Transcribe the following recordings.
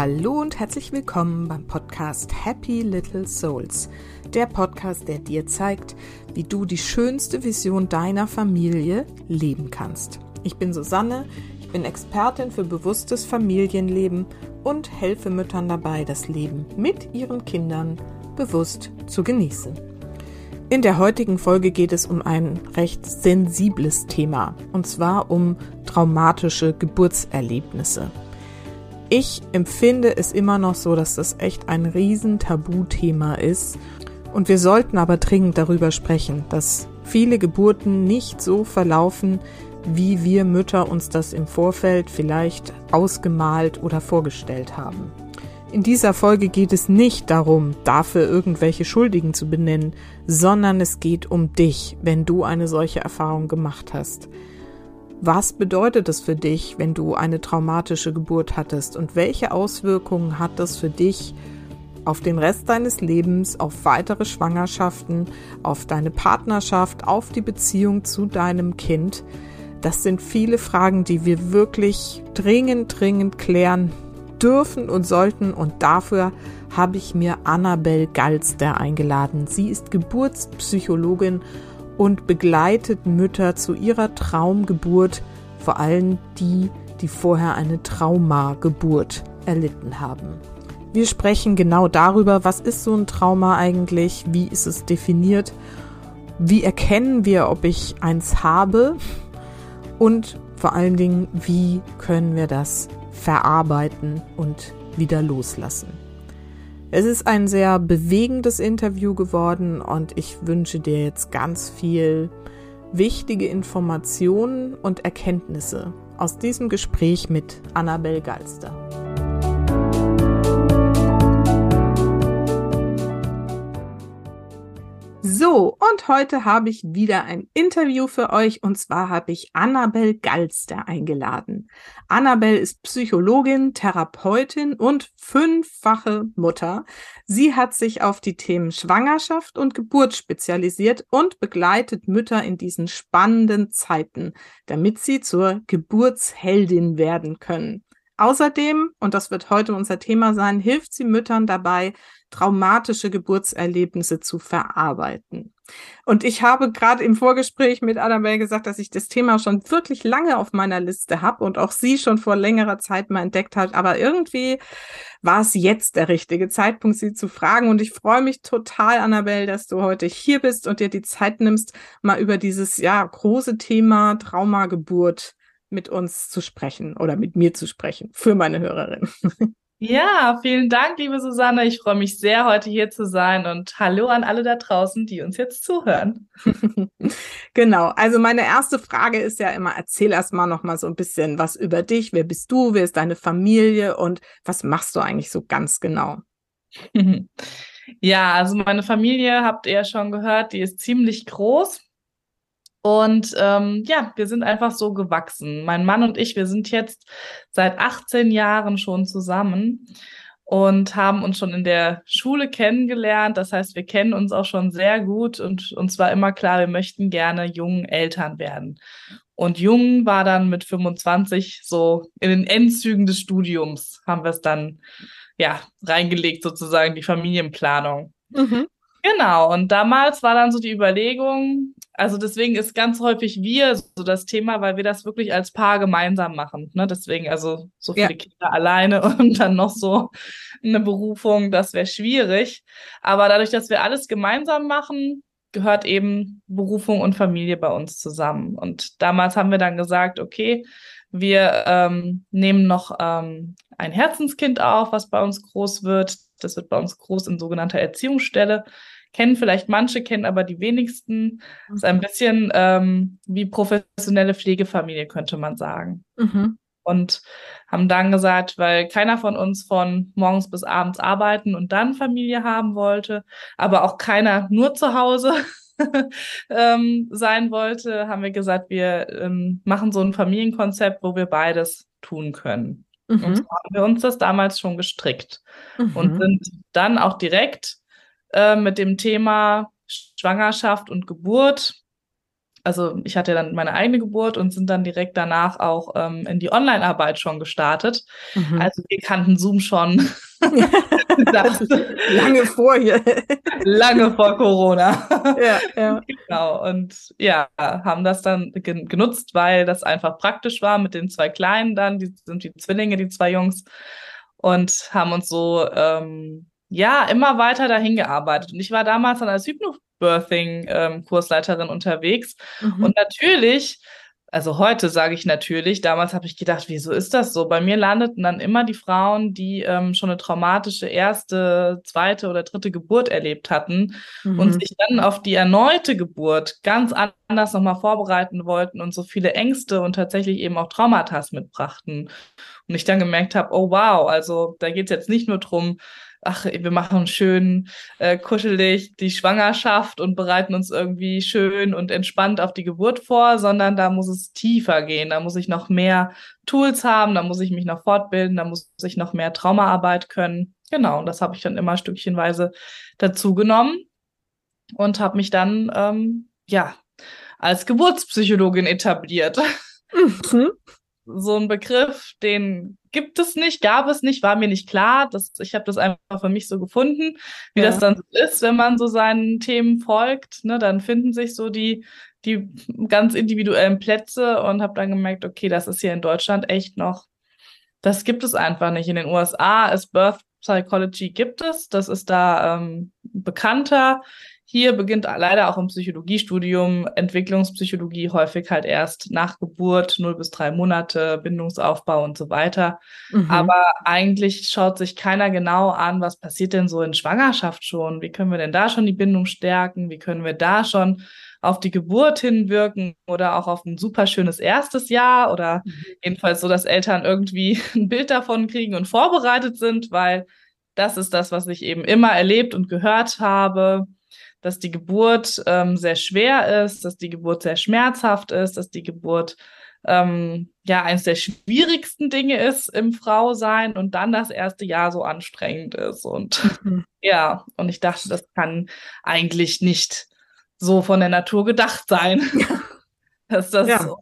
Hallo und herzlich willkommen beim Podcast Happy Little Souls. Der Podcast, der dir zeigt, wie du die schönste Vision deiner Familie leben kannst. Ich bin Susanne, ich bin Expertin für bewusstes Familienleben und helfe Müttern dabei, das Leben mit ihren Kindern bewusst zu genießen. In der heutigen Folge geht es um ein recht sensibles Thema, und zwar um traumatische Geburtserlebnisse. Ich empfinde es immer noch so, dass das echt ein riesen Tabuthema ist und wir sollten aber dringend darüber sprechen, dass viele Geburten nicht so verlaufen, wie wir Mütter uns das im Vorfeld vielleicht ausgemalt oder vorgestellt haben. In dieser Folge geht es nicht darum, dafür irgendwelche Schuldigen zu benennen, sondern es geht um dich, wenn du eine solche Erfahrung gemacht hast. Was bedeutet es für dich, wenn du eine traumatische Geburt hattest und welche Auswirkungen hat das für dich auf den Rest deines Lebens, auf weitere Schwangerschaften, auf deine Partnerschaft, auf die Beziehung zu deinem Kind? Das sind viele Fragen, die wir wirklich dringend klären dürfen und sollten, und dafür habe ich mir Annabel Galster eingeladen. Sie ist Geburtspsychologin und begleitet Mütter zu ihrer Traumgeburt, vor allem die vorher eine Traumageburt erlitten haben. Wir sprechen genau darüber, was ist so ein Trauma eigentlich, wie ist es definiert, wie erkennen wir, ob ich eins habe und vor allen Dingen, wie können wir das verarbeiten und wieder loslassen. Es ist ein sehr bewegendes Interview geworden und ich wünsche dir jetzt ganz viel wichtige Informationen und Erkenntnisse aus diesem Gespräch mit Annabel Galster. So, und heute habe ich wieder ein Interview für euch, und zwar habe ich Annabel Galster eingeladen. Annabel ist Psychologin, Therapeutin und 5-fache Mutter. Sie hat sich auf die Themen Schwangerschaft und Geburt spezialisiert und begleitet Mütter in diesen spannenden Zeiten, damit sie zur Geburtsheldin werden können. Außerdem, und das wird heute unser Thema sein, hilft sie Müttern dabei, traumatische Geburtserlebnisse zu verarbeiten. Und ich habe gerade im Vorgespräch mit Annabel gesagt, dass ich das Thema schon wirklich lange auf meiner Liste habe und auch sie schon vor längerer Zeit mal entdeckt hat. Aber irgendwie war es jetzt der richtige Zeitpunkt, sie zu fragen. Und ich freue mich total, Annabel, dass du heute hier bist und dir die Zeit nimmst, mal über dieses große Thema Traumageburt mit uns zu sprechen oder mit mir zu sprechen, für meine Hörerin. Ja, vielen Dank, liebe Susanne. Ich freue mich sehr, heute hier zu sein, und hallo an alle da draußen, die uns jetzt zuhören. Genau, also meine erste Frage ist ja immer, erzähl erst mal noch mal so ein bisschen was über dich. Wer bist du, wer ist deine Familie und was machst du eigentlich so ganz genau? Ja, also meine Familie, habt ihr ja schon gehört, die ist ziemlich groß. Und wir sind einfach so gewachsen. Mein Mann und ich, wir sind jetzt seit 18 Jahren schon zusammen und haben uns schon in der Schule kennengelernt. Das heißt, wir kennen uns auch schon sehr gut, und uns war immer klar, wir möchten gerne jung Eltern werden. Und jung war dann mit 25, so in den Endzügen des Studiums, haben wir es dann reingelegt, sozusagen die Familienplanung. Mhm. Genau, und damals war dann so die Überlegung, also deswegen ist ganz häufig wir so das Thema, weil wir das wirklich als Paar gemeinsam machen, ne? Deswegen also so Ja. viele Kinder alleine und dann noch so eine Berufung, das wäre schwierig. Aber dadurch, dass wir alles gemeinsam machen, gehört eben Berufung und Familie bei uns zusammen. Und damals haben wir dann gesagt, okay, wir nehmen noch ein Herzenskind auf, was bei uns groß wird. Das wird bei uns groß in sogenannter Erziehungsstelle. Kennen vielleicht manche, kennen aber die wenigsten. Ist ein bisschen wie professionelle Pflegefamilie, könnte man sagen. Mhm. Und haben dann gesagt, weil keiner von uns von morgens bis abends arbeiten und dann Familie haben wollte, aber auch keiner nur zu Hause sein wollte, haben wir gesagt, wir machen so ein Familienkonzept, wo wir beides tun können. Und so Mhm. haben wir uns das damals schon gestrickt und Mhm. sind dann auch direkt mit dem Thema Schwangerschaft und Geburt also ich hatte dann meine eigene Geburt und sind dann direkt danach auch in die Online-Arbeit schon gestartet. Mhm. Also wir kannten Zoom schon Lange vorher. lange vor Corona. Ja, ja. Genau. Und ja, haben das dann genutzt, weil das einfach praktisch war mit den zwei Kleinen dann, die sind die Zwillinge, die zwei Jungs, und haben uns so ja immer weiter dahin gearbeitet. Und ich war damals dann als Hypnobirthing-Kursleiterin unterwegs. Mhm. Und natürlich, also heute sage ich natürlich, damals habe ich gedacht, wieso ist das so? Bei mir landeten dann immer die Frauen, die schon eine traumatische erste, zweite oder dritte Geburt erlebt hatten und Mhm. sich dann auf die erneute Geburt ganz anders nochmal vorbereiten wollten und so viele Ängste und tatsächlich eben auch Traumata mitbrachten. Und ich dann gemerkt habe, oh wow, also da geht es jetzt nicht nur drum, ach, wir machen schön kuschelig die Schwangerschaft und bereiten uns irgendwie schön und entspannt auf die Geburt vor, sondern da muss es tiefer gehen. Da muss ich noch mehr Tools haben, da muss ich mich noch fortbilden, da muss ich noch mehr Traumaarbeit können. Genau, und das habe ich dann immer stückchenweise dazu genommen und habe mich dann ja als Geburtspsychologin etabliert. Mhm. So ein Begriff, den gibt es nicht, gab es nicht, war mir nicht klar. Ich habe das einfach für mich so gefunden, wie das Ja. dann so ist, wenn man so seinen Themen folgt. Ne, dann finden sich so die ganz individuellen Plätze und habe dann gemerkt, okay, das ist hier in Deutschland echt noch, das gibt es einfach nicht. In den USA ist Birth Psychology gibt es, das ist da bekannter. Hier beginnt leider auch im Psychologiestudium Entwicklungspsychologie häufig halt erst nach Geburt, 0 bis 3 Monate, Bindungsaufbau und so weiter. Mhm. Aber eigentlich schaut sich keiner genau an, was passiert denn so in Schwangerschaft schon? Wie können wir denn da schon die Bindung stärken? Wie können wir da schon auf die Geburt hinwirken oder auch auf ein super schönes erstes Jahr oder Mhm. jedenfalls so, dass Eltern irgendwie ein Bild davon kriegen und vorbereitet sind, weil das ist das, was ich eben immer erlebt und gehört habe, dass die Geburt sehr schwer ist, dass die Geburt sehr schmerzhaft ist, dass die Geburt ja eines der schwierigsten Dinge ist im Frausein und dann das erste Jahr so anstrengend ist. Und Mhm. ja, und ich dachte, das kann eigentlich nicht so von der Natur gedacht sein, dass das Ja.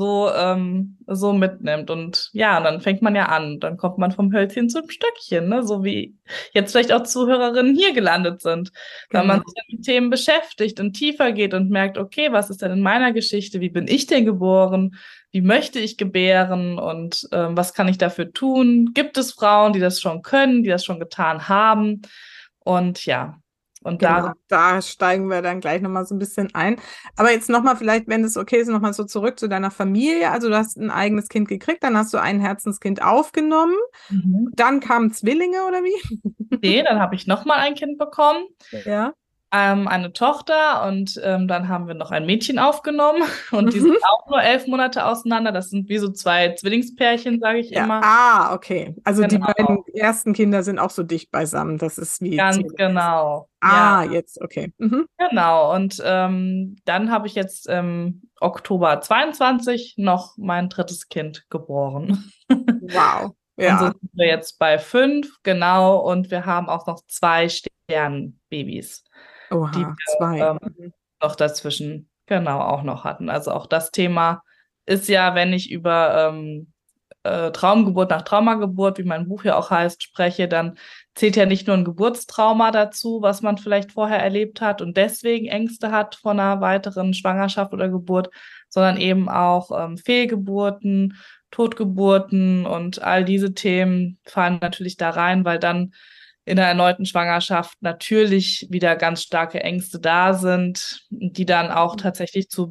so mitnimmt. Und ja, und dann fängt man ja an. Dann kommt man vom Hölzchen zum Stöckchen, ne? So wie jetzt vielleicht auch Zuhörerinnen hier gelandet sind. Weil man Genau. sich dann mit Themen beschäftigt und tiefer geht und merkt, okay, was ist denn in meiner Geschichte? Wie bin ich denn geboren? Wie möchte ich gebären? Und was kann ich dafür tun? Gibt es Frauen, die das schon können, die das schon getan haben? Und ja, und Genau, darin. da steigen wir dann gleich nochmal so ein bisschen ein. Aber jetzt nochmal vielleicht, wenn es okay ist, nochmal so zurück zu deiner Familie. Also du hast ein eigenes Kind gekriegt, dann hast du ein Herzenskind aufgenommen, Mhm. dann kamen Zwillinge oder wie? Nee, dann habe ich noch mal ein Kind bekommen. Ja. Eine Tochter und dann haben wir noch ein Mädchen aufgenommen und die sind Mhm. auch nur 11 Monate auseinander. Das sind wie so zwei Zwillingspärchen, sage ich Ja. immer. Ah, okay. Also die beiden Genau, ersten Kinder sind auch so dicht beisammen. Das ist wie ganz Zwillinge. genau. Ja, Ah, jetzt, okay. Mhm. genau. Und dann habe ich jetzt im Oktober 22 noch mein drittes Kind geboren. Wow. Und so Ja. sind wir jetzt bei 5, genau. Und wir haben auch noch 2 Sternbabys, die Oha, wir zwei. Mhm. noch dazwischen genau auch noch hatten. Also auch das Thema ist ja, wenn ich über Traumgeburt nach Traumageburt, wie mein Buch ja auch heißt, spreche, dann zählt ja nicht nur ein Geburtstrauma dazu, was man vielleicht vorher erlebt hat und deswegen Ängste hat vor einer weiteren Schwangerschaft oder Geburt, sondern eben auch Fehlgeburten, Totgeburten und all diese Themen fallen natürlich da rein, weil dann in einer erneuten Schwangerschaft natürlich wieder ganz starke Ängste da sind, die dann auch tatsächlich zu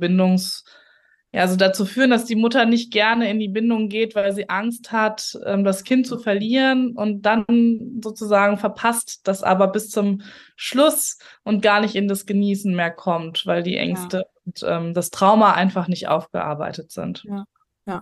ja, also dazu führen, dass die Mutter nicht gerne in die Bindung geht, weil sie Angst hat, das Kind zu verlieren und dann sozusagen verpasst, das aber bis zum Schluss und gar nicht in das Genießen mehr kommt, weil die Ja, Ängste und das Trauma einfach nicht aufgearbeitet sind. ja, ja.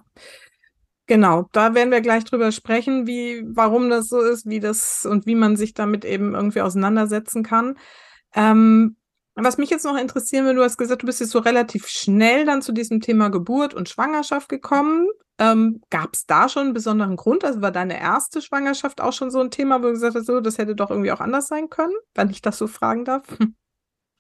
Genau, da werden wir gleich drüber sprechen, warum das so ist, wie das und wie man sich damit eben irgendwie auseinandersetzen kann. Ähm, Was mich jetzt noch interessieren würde, du hast gesagt, du bist jetzt so relativ schnell dann zu diesem Thema Geburt und Schwangerschaft gekommen. Gab es da schon einen besonderen Grund? Also war deine erste Schwangerschaft auch schon so ein Thema, wo du gesagt hast, so, das hätte doch irgendwie auch anders sein können, wenn ich das so fragen darf?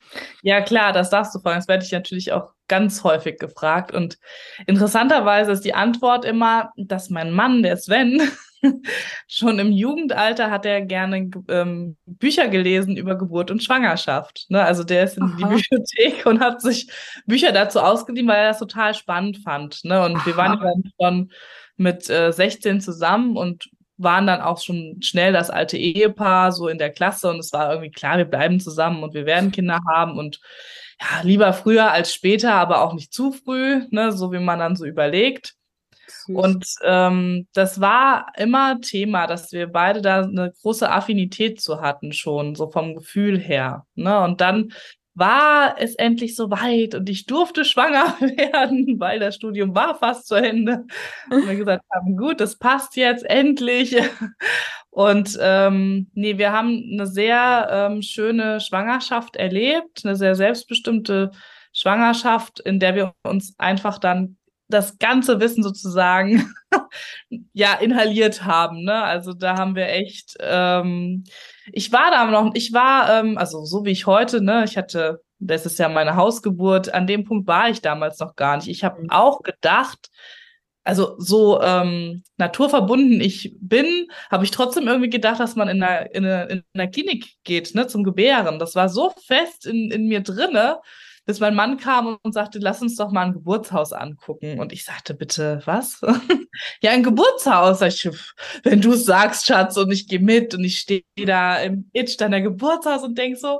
Ja, klar, das darfst du fragen. Das werde ich natürlich auch ganz häufig gefragt. Und interessanterweise ist die Antwort immer, dass mein Mann, der Sven, schon im Jugendalter hat er gerne Bücher gelesen über Geburt und Schwangerschaft. Ne? Also der ist in die Aha, Bibliothek und hat sich Bücher dazu ausgeliehen, weil er das total spannend fand. Ne? Und wir waren ja aha. dann schon mit 16 zusammen und waren dann auch schon schnell das alte Ehepaar so in der Klasse und es war irgendwie klar, wir bleiben zusammen und wir werden Kinder haben und ja, lieber früher als später, aber auch nicht zu früh, ne, so wie man dann so überlegt. Süß. Und das war immer Thema, dass wir beide da eine große Affinität zu hatten schon, so vom Gefühl her. Ne? Und dann war es endlich soweit und ich durfte schwanger werden, weil das Studium war fast zu Ende. Und wir gesagt haben, gut, das passt jetzt endlich. Und nee, wir haben eine sehr schöne Schwangerschaft erlebt, eine sehr selbstbestimmte Schwangerschaft, in der wir uns einfach dann das ganze Wissen sozusagen ja inhaliert haben. Ne? Also da haben wir echt, ich war da noch, ich war, also so wie ich heute, ne, ich hatte, das ist ja meine Hausgeburt, an dem Punkt war ich damals noch gar nicht. Ich habe auch gedacht, also so naturverbunden ich bin, habe ich trotzdem irgendwie gedacht, dass man in einer Klinik geht, ne, zum Gebären. Das war so fest in mir drinne, bis mein Mann kam und sagte, lass uns doch mal ein Geburtshaus angucken. Und ich sagte, bitte, was? Ja, ein Geburtshaus. Sag ich, wenn du es sagst, Schatz, und ich gehe mit und ich stehe da im Itch deiner Geburtshaus und denk so,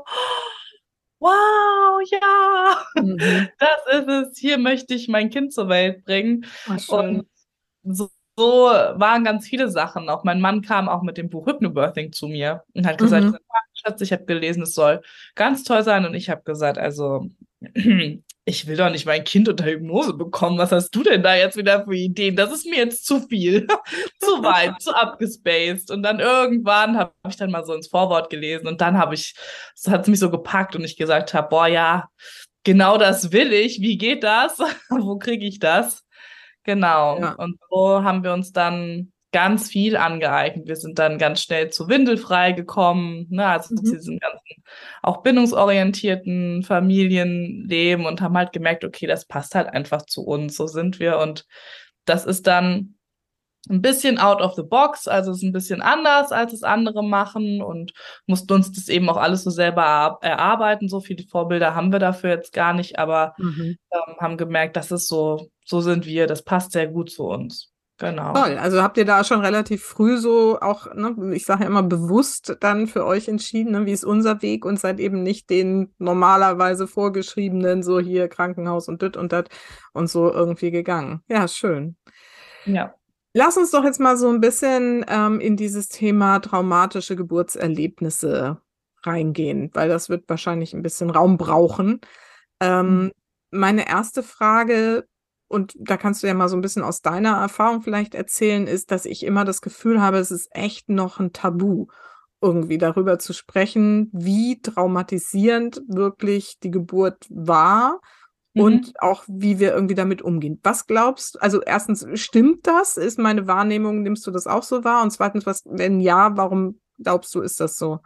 wow, ja, Mhm. das ist es. Hier möchte ich mein Kind zur Welt bringen. Ach, schön. Und so waren ganz viele Sachen. Auch mein Mann kam auch mit dem Buch Hypnobirthing zu mir und hat gesagt, Mhm. Schatz, ich habe gelesen, es soll ganz toll sein. Und ich habe gesagt, also ich will doch nicht mein Kind unter Hypnose bekommen. Was hast du denn da jetzt wieder für Ideen? Das ist mir jetzt zu viel, zu weit, zu abgespaced. Und dann irgendwann habe ich dann mal so ins Vorwort gelesen und dann es hat mich so gepackt und ich gesagt habe, boah, ja, genau das will ich. Wie geht das? Wo kriege ich das? Genau. Ja. Und so haben wir uns dann ganz viel angeeignet. Wir sind dann ganz schnell zu Windelfrei gekommen, ne, also zu Mhm. diesem ganzen auch bindungsorientierten Familienleben und haben halt gemerkt, okay, das passt halt einfach zu uns, so sind wir. Und das ist dann ein bisschen out of the box, also es ist ein bisschen anders, als es andere machen und mussten uns das eben auch alles so selber erarbeiten. So viele Vorbilder haben wir dafür jetzt gar nicht, aber Mhm. haben gemerkt, das ist so, so sind wir, das passt sehr gut zu uns. Genau. Toll. Also habt ihr da schon relativ früh so auch, ne, ich sage ja immer bewusst dann für euch entschieden, ne, wie ist unser Weg und seid eben nicht den normalerweise vorgeschriebenen, so hier Krankenhaus und dat und so irgendwie gegangen. Ja, schön. Ja. Lass uns doch jetzt mal so ein bisschen in dieses Thema traumatische Geburtserlebnisse reingehen, weil das wird wahrscheinlich ein bisschen Raum brauchen. Mhm. Ähm, Meine erste Frage, und da kannst du ja mal so ein bisschen aus deiner Erfahrung vielleicht erzählen, ist, dass ich immer das Gefühl habe, es ist echt noch ein Tabu, irgendwie darüber zu sprechen, wie traumatisierend wirklich die Geburt war und Mhm. auch wie wir irgendwie damit umgehen. Was glaubst du? Also erstens, stimmt das? Ist meine Wahrnehmung, nimmst du das auch so wahr? Und zweitens, was, wenn ja, warum glaubst du, ist das so?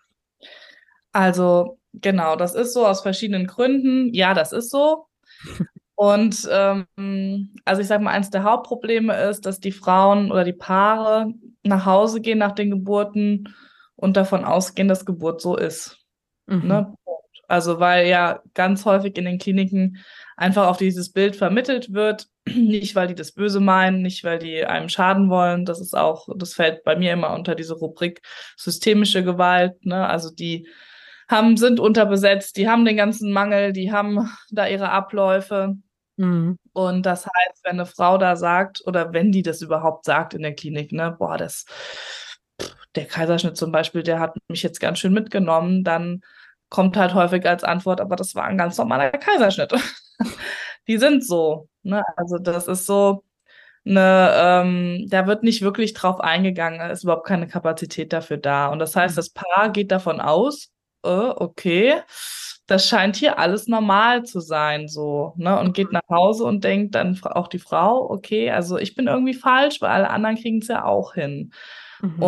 Also, genau, das ist so aus verschiedenen Gründen. Ja, das ist so. Und also ich sage mal, eins der Hauptprobleme ist, dass die Frauen oder die Paare nach Hause gehen nach den Geburten und davon ausgehen, dass Geburt so ist. Mhm. Ne? Also weil ja ganz häufig in den Kliniken einfach auch dieses Bild vermittelt wird, nicht weil die das böse meinen, nicht weil die einem schaden wollen. Das ist auch, das fällt bei mir immer unter diese Rubrik systemische Gewalt. Ne? Also die sind unterbesetzt, die haben den ganzen Mangel, die haben da ihre Abläufe. Mhm. Und das heißt, wenn eine Frau da sagt, oder wenn die das überhaupt sagt in der Klinik, ne, boah, der Kaiserschnitt zum Beispiel, der hat mich jetzt ganz schön mitgenommen, dann kommt halt häufig als Antwort, aber das war ein ganz normaler Kaiserschnitt. Die sind so, ne? Also das ist so da wird nicht wirklich drauf eingegangen, da ist überhaupt keine Kapazität dafür da. Und das heißt, Mhm. das Paar geht davon aus, okay, das scheint hier alles normal zu sein, so, ne? Und geht nach Hause und denkt dann auch die Frau, okay, also ich bin irgendwie falsch, weil alle anderen kriegen es ja auch hin. Mhm.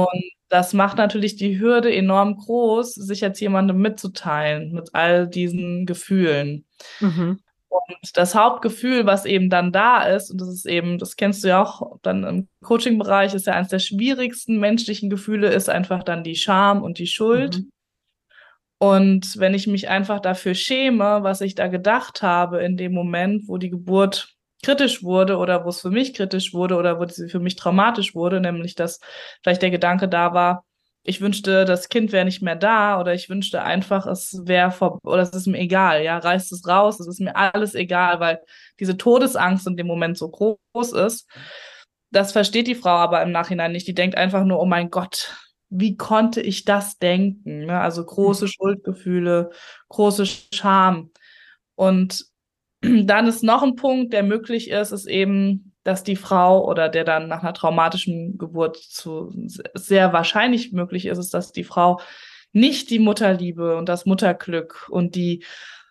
das macht natürlich die Hürde enorm groß, sich jetzt jemandem mitzuteilen mit all diesen Gefühlen. Mhm. Und das Hauptgefühl, was eben dann da ist, und das ist eben, das kennst du ja auch dann im Coaching-Bereich, ist ja eines der schwierigsten menschlichen Gefühle, ist einfach dann die Scham und die Schuld. Mhm. Und wenn ich mich einfach dafür schäme, was ich da gedacht habe in dem Moment, wo die Geburt kritisch wurde oder wo es für mich kritisch wurde oder wo sie für mich traumatisch wurde, nämlich dass vielleicht der Gedanke da war, ich wünschte, das Kind wäre nicht mehr da oder ich wünschte einfach, es wäre vor oder es ist mir egal, ja, reißt es raus, es ist mir alles egal, weil diese Todesangst in dem Moment so groß ist. Das versteht die Frau aber im Nachhinein nicht. Die denkt einfach nur, oh mein Gott, wie konnte ich das denken? Ne? Also große Schuldgefühle, große Scham. Und dann ist noch ein Punkt, der möglich ist, ist eben, dass die Frau oder der dann nach einer traumatischen Geburt zu sehr wahrscheinlich möglich ist, ist, dass die Frau nicht die Mutterliebe und das Mutterglück und die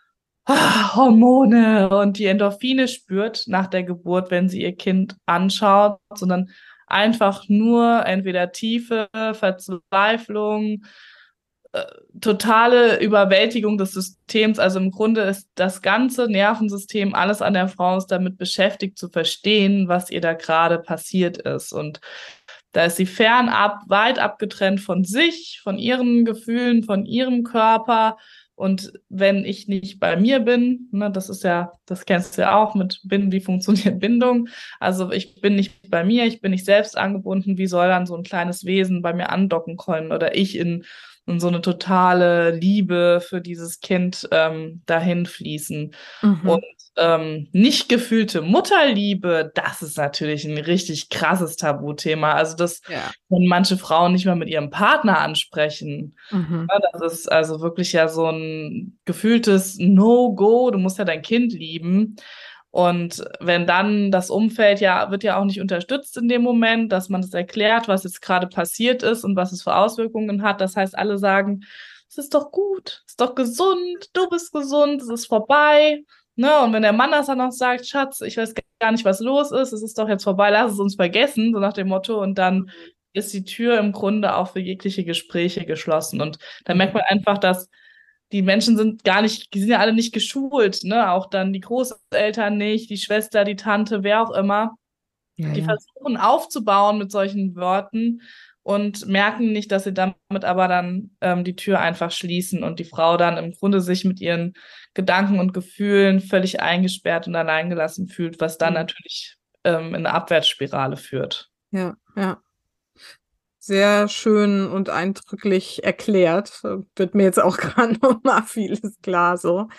Hormone und die Endorphine spürt nach der Geburt, wenn sie ihr Kind anschaut, sondern einfach nur entweder tiefe Verzweiflung, totale Überwältigung des Systems. Also im Grunde ist das ganze Nervensystem, alles an der Frau ist damit beschäftigt zu verstehen, was ihr da gerade passiert ist. Und da ist sie fernab, weit abgetrennt von sich, von ihren Gefühlen, von ihrem Körper. Und wenn ich nicht bei mir bin, ne, das ist ja, das kennst du ja auch mit wie funktioniert Bindung? Also ich bin nicht bei mir, ich bin nicht selbst angebunden. Wie soll dann so ein kleines Wesen bei mir andocken können oder ich in so eine totale Liebe für dieses Kind dahin fließen? Und Mhm. nicht gefühlte Mutterliebe, das ist natürlich ein richtig krasses Tabuthema. Also das Ja. können manche Frauen nicht mal mit ihrem Partner ansprechen. Mhm. Ja, das ist also wirklich ja so ein gefühltes No-Go. Du musst ja dein Kind lieben. Und wenn dann das Umfeld ja, wird ja auch nicht unterstützt in dem Moment, dass man das erklärt, was jetzt gerade passiert ist und was es für Auswirkungen hat. Das heißt, alle sagen, es ist doch gut, es ist doch gesund, du bist gesund, es ist vorbei. Ne? Und wenn der Mann das dann noch sagt, Schatz, ich weiß gar nicht, was los ist, es ist doch jetzt vorbei, lass es uns vergessen, so nach dem Motto. Und dann ist die Tür im Grunde auch für jegliche Gespräche geschlossen. Und da merkt man einfach, dass die Menschen sind gar nicht, die sind ja alle nicht geschult, ne? Auch dann die Großeltern nicht, die Schwester, die Tante, wer auch immer. Ja, Die ja. versuchen aufzubauen mit solchen Worten und merken nicht, dass sie damit aber dann die Tür einfach schließen und die Frau dann im Grunde sich mit ihren Gedanken und Gefühlen völlig eingesperrt und alleingelassen fühlt, was dann Mhm. natürlich in eine Abwärtsspirale führt. Ja, ja. Sehr schön und eindrücklich erklärt. Wird mir jetzt auch gerade noch mal vieles klar so.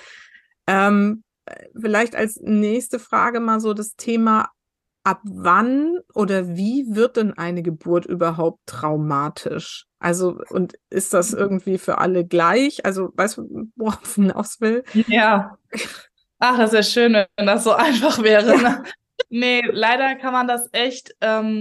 Vielleicht als nächste Frage mal so das Thema, ab wann oder wie wird denn eine Geburt überhaupt traumatisch? Also, und ist das irgendwie für alle gleich? Also, weißt du, worauf ich hinaus will? Ja. Ach, das wäre schön, wenn das so einfach wäre, Ja. ne? Nee, leider kann man das echt,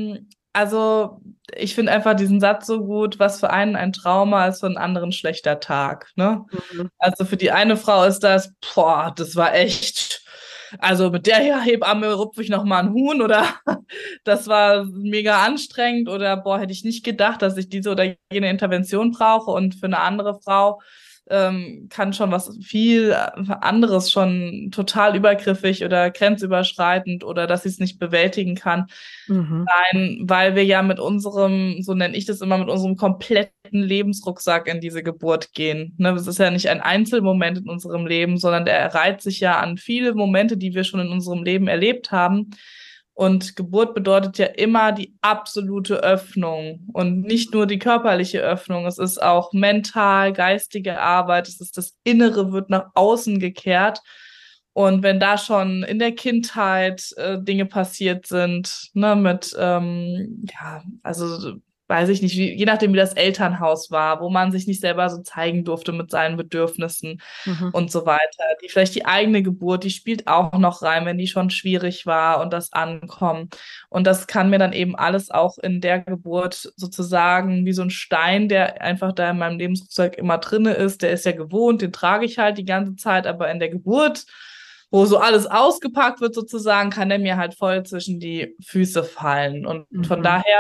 also ich finde einfach diesen Satz so gut, was für einen ein Trauma ist, für einen anderen schlechter Tag, ne? Mhm. Also für die eine Frau ist das, boah, das war echt, also mit der Hebamme rupfe ich noch mal ein Huhn oder das war mega anstrengend oder boah, hätte ich nicht gedacht, dass ich diese oder jene Intervention brauche. Und für eine andere Frau kann schon was viel anderes schon total übergriffig oder grenzüberschreitend oder dass sie es nicht bewältigen kann Mhm. sein, weil wir ja mit unserem, so nenne ich das immer, mit unserem kompletten Lebensrucksack in diese Geburt gehen. Ne, das ist ja nicht ein Einzelmoment in unserem Leben, sondern der reiht sich ja an viele Momente, die wir schon in unserem Leben erlebt haben. Und Geburt bedeutet ja immer die absolute Öffnung und nicht nur die körperliche Öffnung. Es ist auch mental, geistige Arbeit. Es ist das Innere wird nach außen gekehrt. Und wenn da schon in der Kindheit Dinge passiert sind, ne, mit, ja, also weiß ich nicht, je nachdem, wie das Elternhaus war, wo man sich nicht selber so zeigen durfte mit seinen Bedürfnissen Mhm. und so weiter. Die vielleicht die eigene Geburt, die spielt auch noch rein, wenn die schon schwierig war und das Ankommen. Und das kann mir dann eben alles auch in der Geburt sozusagen wie so ein Stein, der einfach da in meinem Lebensrucksack immer drinne ist, der ist ja gewohnt, den trage ich halt die ganze Zeit, aber in der Geburt wo so alles ausgepackt wird sozusagen, kann der mir halt voll zwischen die Füße fallen. Und von Mhm. daher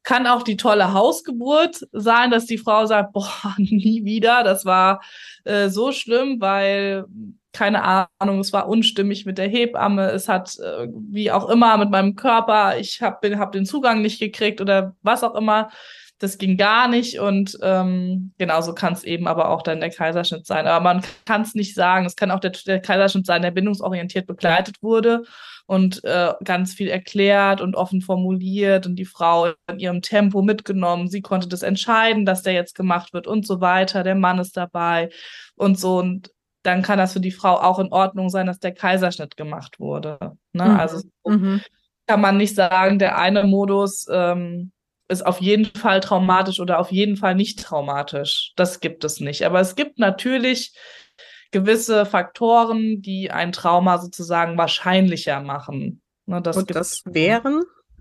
Kann auch die tolle Hausgeburt sein, dass die Frau sagt, boah, nie wieder. Das war so schlimm, weil, keine Ahnung, es war unstimmig mit der Hebamme. Es hat, wie auch immer, mit meinem Körper, ich hab den Zugang nicht gekriegt oder was auch immer. Das ging gar nicht. Und genauso kann es eben aber auch dann der Kaiserschnitt sein. Aber man kann es nicht sagen. Es kann auch der Kaiserschnitt sein, der bindungsorientiert begleitet wurde und ganz viel erklärt und offen formuliert und die Frau in ihrem Tempo mitgenommen. Sie konnte das entscheiden, dass der jetzt gemacht wird und so weiter. Der Mann ist dabei und so. Und dann kann das für die Frau auch in Ordnung sein, dass der Kaiserschnitt gemacht wurde. Ne? Also so kann man nicht sagen, der eine Modus ist auf jeden Fall traumatisch oder auf jeden Fall nicht traumatisch. Das gibt es nicht. Aber es gibt natürlich gewisse Faktoren, die ein Trauma sozusagen wahrscheinlicher machen. Ne, Und das wären?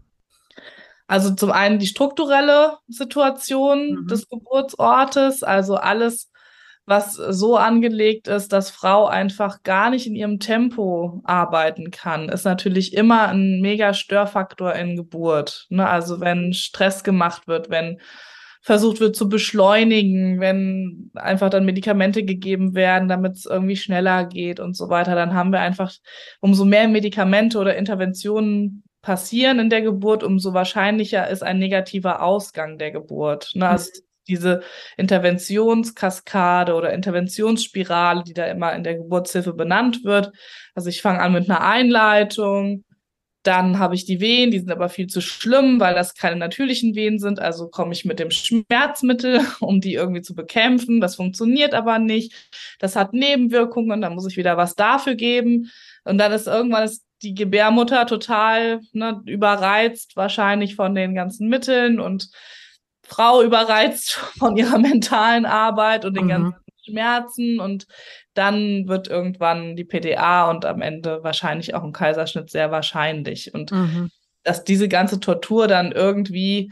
Also zum einen die strukturelle Situation des Geburtsortes, also alles, was so angelegt ist, dass Frau einfach gar nicht in ihrem Tempo arbeiten kann, ist natürlich immer ein mega Störfaktor in Geburt. Ne? Also wenn Stress gemacht wird, wenn versucht wird zu beschleunigen, wenn einfach dann Medikamente gegeben werden, damit es irgendwie schneller geht und so weiter, dann haben wir einfach, umso mehr Medikamente oder Interventionen passieren in der Geburt, umso wahrscheinlicher ist ein negativer Ausgang der Geburt. Ne? Also diese Interventionskaskade oder Interventionsspirale, die da immer in der Geburtshilfe benannt wird. Also ich fange an mit einer Einleitung, dann habe ich die Wehen, die sind aber viel zu schlimm, weil das keine natürlichen Wehen sind. Also komme ich mit dem Schmerzmittel, um die irgendwie zu bekämpfen. Das funktioniert aber nicht. Das hat Nebenwirkungen, dann muss ich wieder was dafür geben. Und dann ist irgendwann die Gebärmutter total überreizt, wahrscheinlich von den ganzen Mitteln und Frau überreizt von ihrer mentalen Arbeit und den ganzen Schmerzen und dann wird irgendwann die PDA und am Ende wahrscheinlich auch ein Kaiserschnitt sehr wahrscheinlich. Und dass diese ganze Tortur dann irgendwie,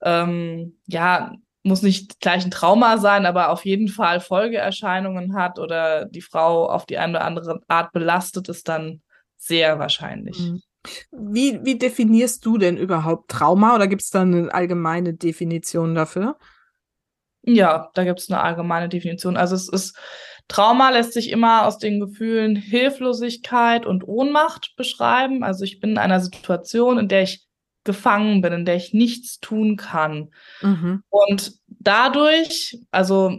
muss nicht gleich ein Trauma sein, aber auf jeden Fall Folgeerscheinungen hat oder die Frau auf die eine oder andere Art belastet, ist dann sehr wahrscheinlich. Wie definierst du denn überhaupt Trauma oder gibt es da eine allgemeine Definition dafür? Ja, da gibt es eine allgemeine Definition. Also Trauma lässt sich immer aus den Gefühlen Hilflosigkeit und Ohnmacht beschreiben. Also ich bin in einer Situation, in der ich gefangen bin, in der ich nichts tun kann. Und dadurch, also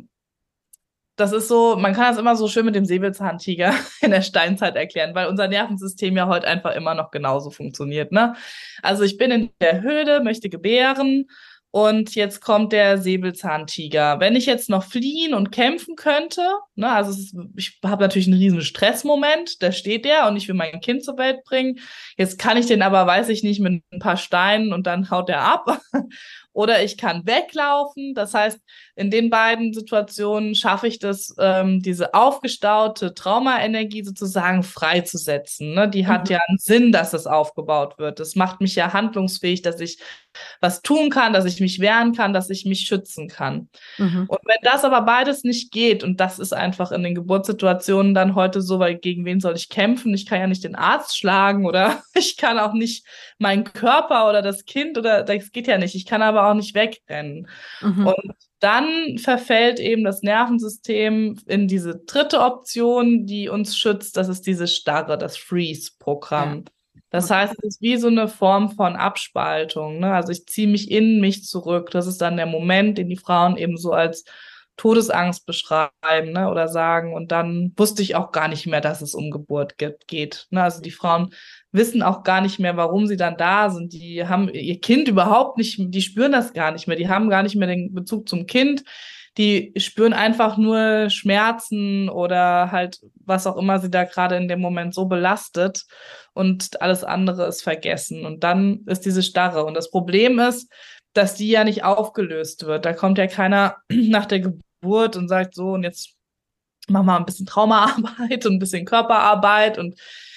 das ist so, man kann das immer so schön mit dem Säbelzahntiger in der Steinzeit erklären, weil unser Nervensystem ja heute einfach immer noch genauso funktioniert, ne? Also ich bin in der Höhle, möchte gebären und jetzt kommt der Säbelzahntiger. Wenn ich jetzt noch fliehen und kämpfen könnte, ne, also ich habe natürlich einen riesen Stressmoment, da steht der und ich will mein Kind zur Welt bringen. Jetzt kann ich den aber, weiß ich nicht, mit ein paar Steinen und dann haut der ab. Oder ich kann weglaufen. Das heißt, in den beiden Situationen schaffe ich das, diese aufgestaute Traumaenergie sozusagen freizusetzen. Ne? Die hat ja einen Sinn, dass es aufgebaut wird. Das macht mich ja handlungsfähig, dass ich was tun kann, dass ich mich wehren kann, dass ich mich schützen kann. Und wenn das aber beides nicht geht, und das ist einfach in den Geburtssituationen dann heute so, weil gegen wen soll ich kämpfen? Ich kann ja nicht den Arzt schlagen oder ich kann auch nicht meinen Körper oder das Kind oder das geht ja nicht. Ich kann aber auch nicht wegrennen. Und dann verfällt eben das Nervensystem in diese dritte Option, die uns schützt. Das ist diese Starre, das Freeze-Programm. Ja. Das heißt, es ist wie so eine Form von Abspaltung. Ne? Also ich ziehe mich in mich zurück. Das ist dann der Moment, den die Frauen eben so als Todesangst beschreiben, ne? Oder sagen. Und dann wusste ich auch gar nicht mehr, dass es um Geburt geht. Ne? Also die Frauen wissen auch gar nicht mehr, warum sie dann da sind. Die haben ihr Kind überhaupt nicht, die spüren das gar nicht mehr. Die haben gar nicht mehr den Bezug zum Kind. Die spüren einfach nur Schmerzen oder halt was auch immer sie da gerade in dem Moment so belastet und alles andere ist vergessen. Und dann ist diese Starre. Und das Problem ist, dass die ja nicht aufgelöst wird. Da kommt ja keiner nach der Geburt und sagt so, und jetzt machen wir ein bisschen Traumaarbeit und ein bisschen Körperarbeit und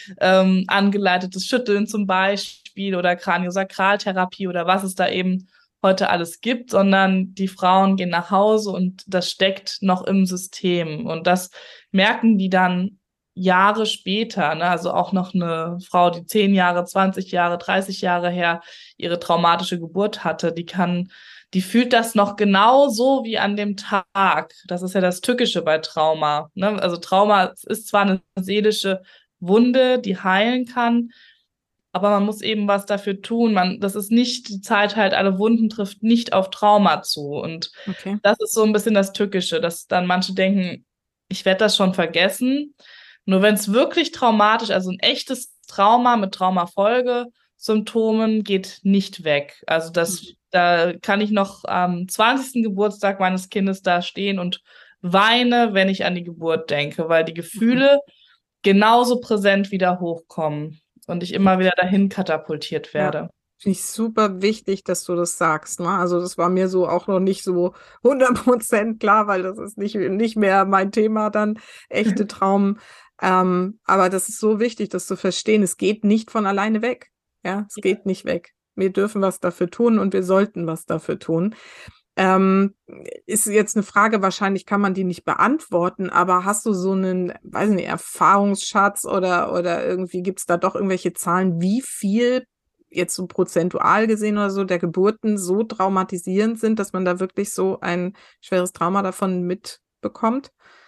angeleitetes Schütteln zum Beispiel oder Kraniosakraltherapie oder was es da eben heute alles gibt, sondern die Frauen gehen nach Hause und das steckt noch im System. Und das merken die dann Jahre später, ne, also auch noch eine Frau, die 10 Jahre, 20 Jahre, 30 Jahre her ihre traumatische Geburt hatte, die fühlt das noch genau so wie an dem Tag. Das ist ja das Tückische bei Trauma, ne? Also Trauma ist zwar eine seelische Wunde, die heilen kann, aber man muss eben was dafür tun. Das ist nicht, die Zeit halt, alle Wunden trifft nicht auf Trauma zu. Und Okay. das ist so ein bisschen das Tückische, dass dann manche denken, ich werde das schon vergessen. Nur wenn es wirklich traumatisch, also ein echtes Trauma mit Traumafolgesymptomen geht nicht weg. Also da kann ich noch am 20. Geburtstag meines Kindes da stehen und weine, wenn ich an die Geburt denke, weil die Mhm. Gefühle genauso präsent wieder hochkommen und ich immer wieder dahin katapultiert Ja, werde. finde ich super wichtig, dass du das sagst, ne? Also das war mir so auch noch nicht so 100% klar, weil das ist nicht mehr mein Thema dann, echte Traumen. Aber das ist so wichtig, das zu verstehen. Es geht nicht von alleine weg. Ja, es geht nicht weg. Wir dürfen was dafür tun und wir sollten was dafür tun. Ähm, Ist jetzt eine Frage, wahrscheinlich kann man die nicht beantworten, aber hast du so einen, weiß nicht, Erfahrungsschatz oder irgendwie gibt es da doch irgendwelche Zahlen, wie viel jetzt so prozentual gesehen oder so der Geburten so traumatisierend sind, dass man da wirklich so ein schweres Trauma davon mitbekommt?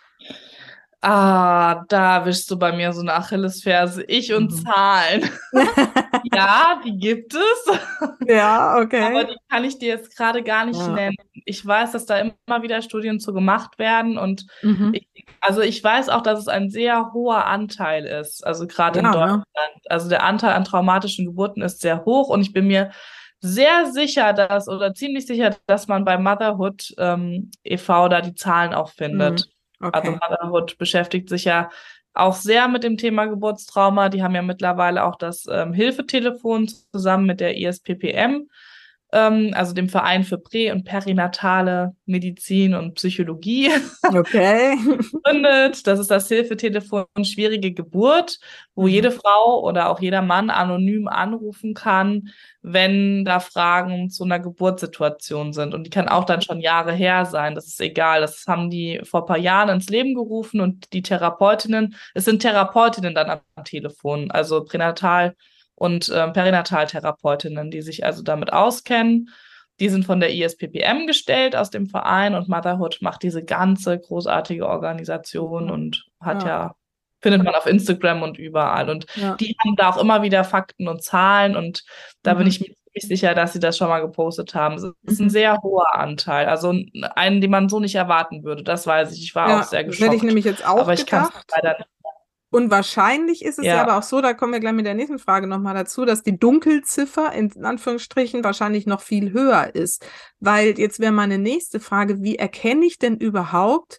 Ah, da wischst du bei mir so eine Achillesferse. Ich und Mhm. Zahlen. Ja, die gibt es, Ja, aber okay. die kann ich dir jetzt gerade gar nicht Ja. nennen. Ich weiß, dass da immer wieder Studien zu gemacht werden und Mhm. also ich weiß auch, dass es ein sehr hoher Anteil ist, also gerade in Ja, Deutschland. ne? Also der Anteil an traumatischen Geburten ist sehr hoch und ich bin mir sehr sicher, oder ziemlich sicher, dass man bei Motherhood e.V. da die Zahlen auch Mhm. findet. Also Okay. Motherhood beschäftigt sich ja auch sehr mit dem Thema Geburtstrauma. Die haben ja mittlerweile auch das Hilfetelefon zusammen mit der ISPPM, also dem Verein für Prä- und Perinatale Medizin und Psychologie, Okay. gegründet. Das ist das Hilfetelefon Schwierige Geburt, wo Mhm. jede Frau oder auch jeder Mann anonym anrufen kann, wenn da Fragen zu einer Geburtssituation sind. Und die kann auch dann schon Jahre her sein. Das ist egal. Das haben die vor ein paar Jahren ins Leben gerufen und die Therapeutinnen, es sind Therapeutinnen dann am Telefon, also Pränatal- und Perinataltherapeutinnen, die sich also damit auskennen. Die sind von der ISPPM gestellt aus dem Verein und Motherhood macht diese ganze großartige Organisation und Ja, findet man auf Instagram und überall. Und ja. die haben da auch immer wieder Fakten und Zahlen und da bin Mhm. ich mir ziemlich sicher, dass sie das schon mal gepostet haben. Es ist ein Mhm. sehr hoher Anteil, also einen, den man so nicht erwarten würde. Das weiß ich. Ich war auch Ja, sehr das hätte ich geschockt, nämlich jetzt auch aber ich kann es gedacht. leider nicht. Und wahrscheinlich ist es ja Ja, aber auch so, da kommen wir gleich mit der nächsten Frage nochmal dazu, dass die Dunkelziffer in Anführungsstrichen wahrscheinlich noch viel höher ist. Weil jetzt wäre meine nächste Frage, wie erkenne ich denn überhaupt,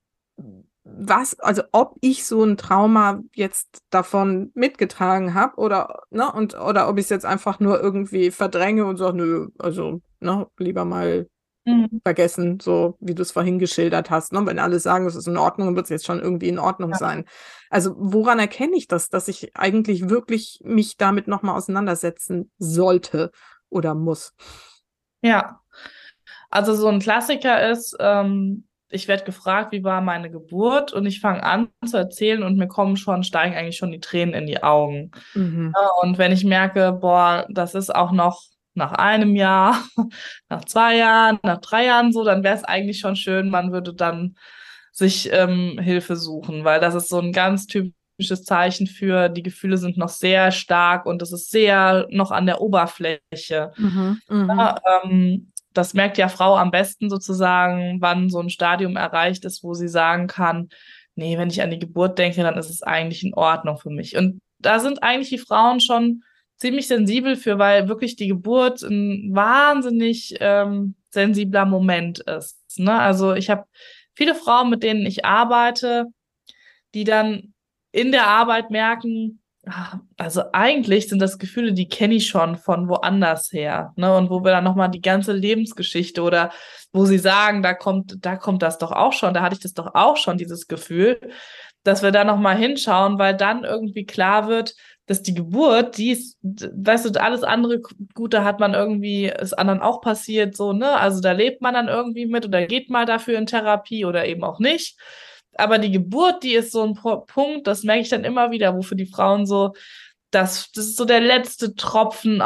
also ob ich so ein Trauma jetzt davon mitgetragen habe oder, ne, oder ob ich es jetzt einfach nur irgendwie verdränge und sage, nö, also, ne, lieber mal mhm. vergessen, so wie du es vorhin geschildert hast. Ne? Wenn alle sagen, es ist in Ordnung, dann wird es jetzt schon irgendwie in Ordnung Ja. sein. Also woran erkenne ich das, dass ich eigentlich wirklich mich damit nochmal auseinandersetzen sollte oder muss? Ja. Also so ein Klassiker ist, ich werde gefragt, wie war meine Geburt und ich fange an zu erzählen und steigen eigentlich schon die Tränen in die Augen. Mhm. Ja, und wenn ich merke, boah, das ist auch noch nach einem Jahr, nach 2 Jahren, nach 3 Jahren so, dann wäre es eigentlich schon schön, man würde dann sich Hilfe suchen, weil das ist so ein ganz typisches Zeichen für, die Gefühle sind noch sehr stark und es ist sehr noch an der Oberfläche. Mhm. Mhm. Ja, das merkt ja Frau am besten sozusagen, wann so ein Stadium erreicht ist, wo sie sagen kann, nee, wenn ich an die Geburt denke, dann ist es eigentlich in Ordnung für mich. Und da sind eigentlich die Frauen schon ziemlich sensibel für, weil wirklich die Geburt ein wahnsinnig sensibler Moment ist. Ne? Also ich habe viele Frauen, mit denen ich arbeite, die dann in der Arbeit merken, also eigentlich sind das Gefühle, die kenne ich schon von woanders her, ne? Und wo wir dann nochmal die ganze Lebensgeschichte oder wo sie sagen, da kommt das doch auch schon, da hatte ich das doch auch schon, dieses Gefühl, dass wir da nochmal hinschauen, weil dann irgendwie klar wird, dass die Geburt, die ist, weißt du, alles andere Gute hat man irgendwie, ist anderen auch passiert, so, ne? Also da lebt man dann irgendwie mit oder geht mal dafür in Therapie oder eben auch nicht. Aber die Geburt, die ist so ein Punkt, das merke ich dann immer wieder, wofür die Frauen so, das ist so der letzte Tropfen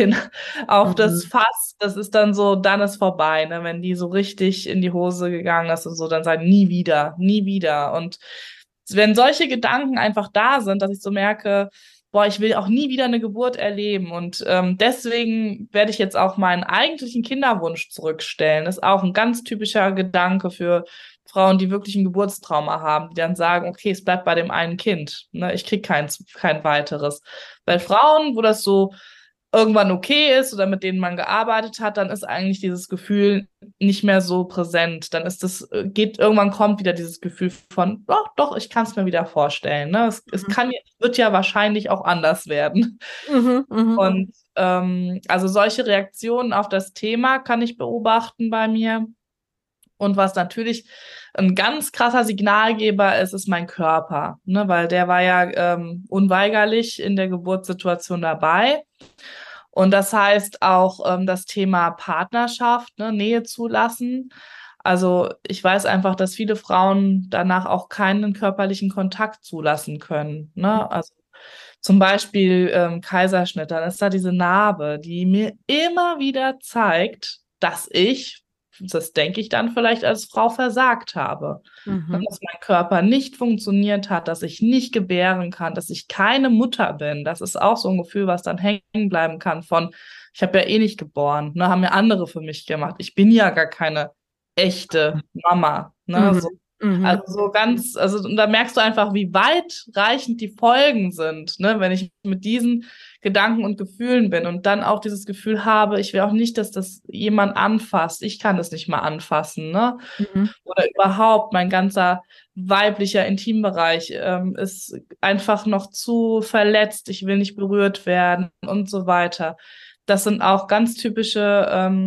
auf das Mhm. Fass. Das ist dann so, dann ist vorbei, ne? Wenn die so richtig in die Hose gegangen ist und so, dann sagen nie wieder, nie wieder. Und wenn solche Gedanken einfach da sind, dass ich so merke, boah, ich will auch nie wieder eine Geburt erleben. Und deswegen werde ich jetzt auch meinen eigentlichen Kinderwunsch zurückstellen. Das ist auch ein ganz typischer Gedanke für Frauen, die wirklich ein Geburtstrauma haben, die dann sagen, okay, es bleibt bei dem einen Kind. Ne? Ich krieg kein weiteres. Bei Frauen, wo das so irgendwann okay ist oder mit denen man gearbeitet hat, dann ist eigentlich dieses Gefühl nicht mehr so präsent. Dann ist das, irgendwann kommt wieder dieses Gefühl von, doch, doch, ich kann es mir wieder vorstellen. Ne? Wird ja wahrscheinlich auch anders werden. Mhm. Mhm. Und also solche Reaktionen auf das Thema kann ich beobachten bei mir. Und was natürlich ein ganz krasser Signalgeber ist, ist mein Körper, ne? Weil der war ja unweigerlich in der Geburtssituation dabei. Und das heißt auch das Thema Partnerschaft, ne, Nähe zulassen. Also ich weiß einfach, dass viele Frauen danach auch keinen körperlichen Kontakt zulassen können. Ne? Also zum Beispiel Kaiserschnitt, dann ist da diese Narbe, die mir immer wieder zeigt, dass ich, das denke ich dann vielleicht als Frau, versagt habe. Ne, Mhm. dass mein Körper nicht funktioniert hat, dass ich nicht gebären kann, dass ich keine Mutter bin. Das ist auch so ein Gefühl, was dann hängen bleiben kann von, ich habe ja eh nicht geboren, ne, haben ja andere für mich gemacht. Ich bin ja gar keine echte Mama. Ne? Mhm. So, also Mhm. so ganz, also und da merkst du einfach, wie weitreichend die Folgen sind, ne, wenn ich mit diesen Gedanken und Gefühlen bin und dann auch dieses Gefühl habe, ich will auch nicht, dass das jemand anfasst. Ich kann das nicht mal anfassen, ne? Mhm. Oder überhaupt mein ganzer weiblicher Intimbereich ist einfach noch zu verletzt. Ich will nicht berührt werden und so weiter. Das sind auch ganz typische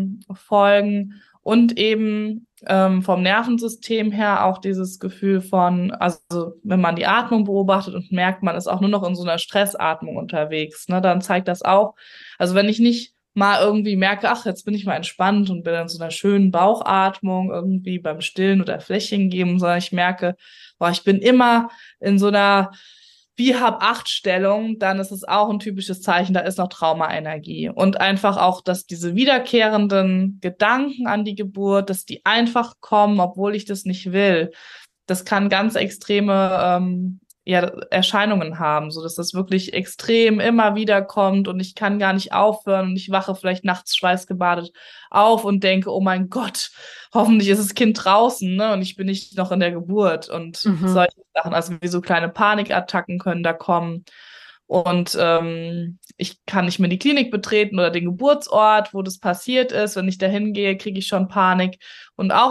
Folgen und eben vom Nervensystem her auch dieses Gefühl von, also wenn man die Atmung beobachtet und merkt, man ist auch nur noch in so einer Stressatmung unterwegs, ne, dann zeigt das auch, also wenn ich nicht mal irgendwie merke, ach, jetzt bin ich mal entspannt und bin in so einer schönen Bauchatmung irgendwie beim Stillen oder Fläschchen geben, sondern ich merke, boah, ich bin immer in so einer wie Hab-Acht-Stellung, dann ist es auch ein typisches Zeichen, da ist noch Traumaenergie. Und einfach auch, dass diese wiederkehrenden Gedanken an die Geburt, dass die einfach kommen, obwohl ich das nicht will, das kann ganz extreme ja, Erscheinungen haben, so dass das wirklich extrem immer wieder kommt und ich kann gar nicht aufhören und ich wache vielleicht nachts schweißgebadet auf und denke, oh mein Gott, hoffentlich ist das Kind draußen, ne? Und ich bin nicht noch in der Geburt und Mhm. solche Sachen, also wie so kleine Panikattacken können da kommen. Und ich kann nicht mehr die Klinik betreten oder den Geburtsort, wo das passiert ist. Wenn ich da hingehe, kriege ich schon Panik. Und auch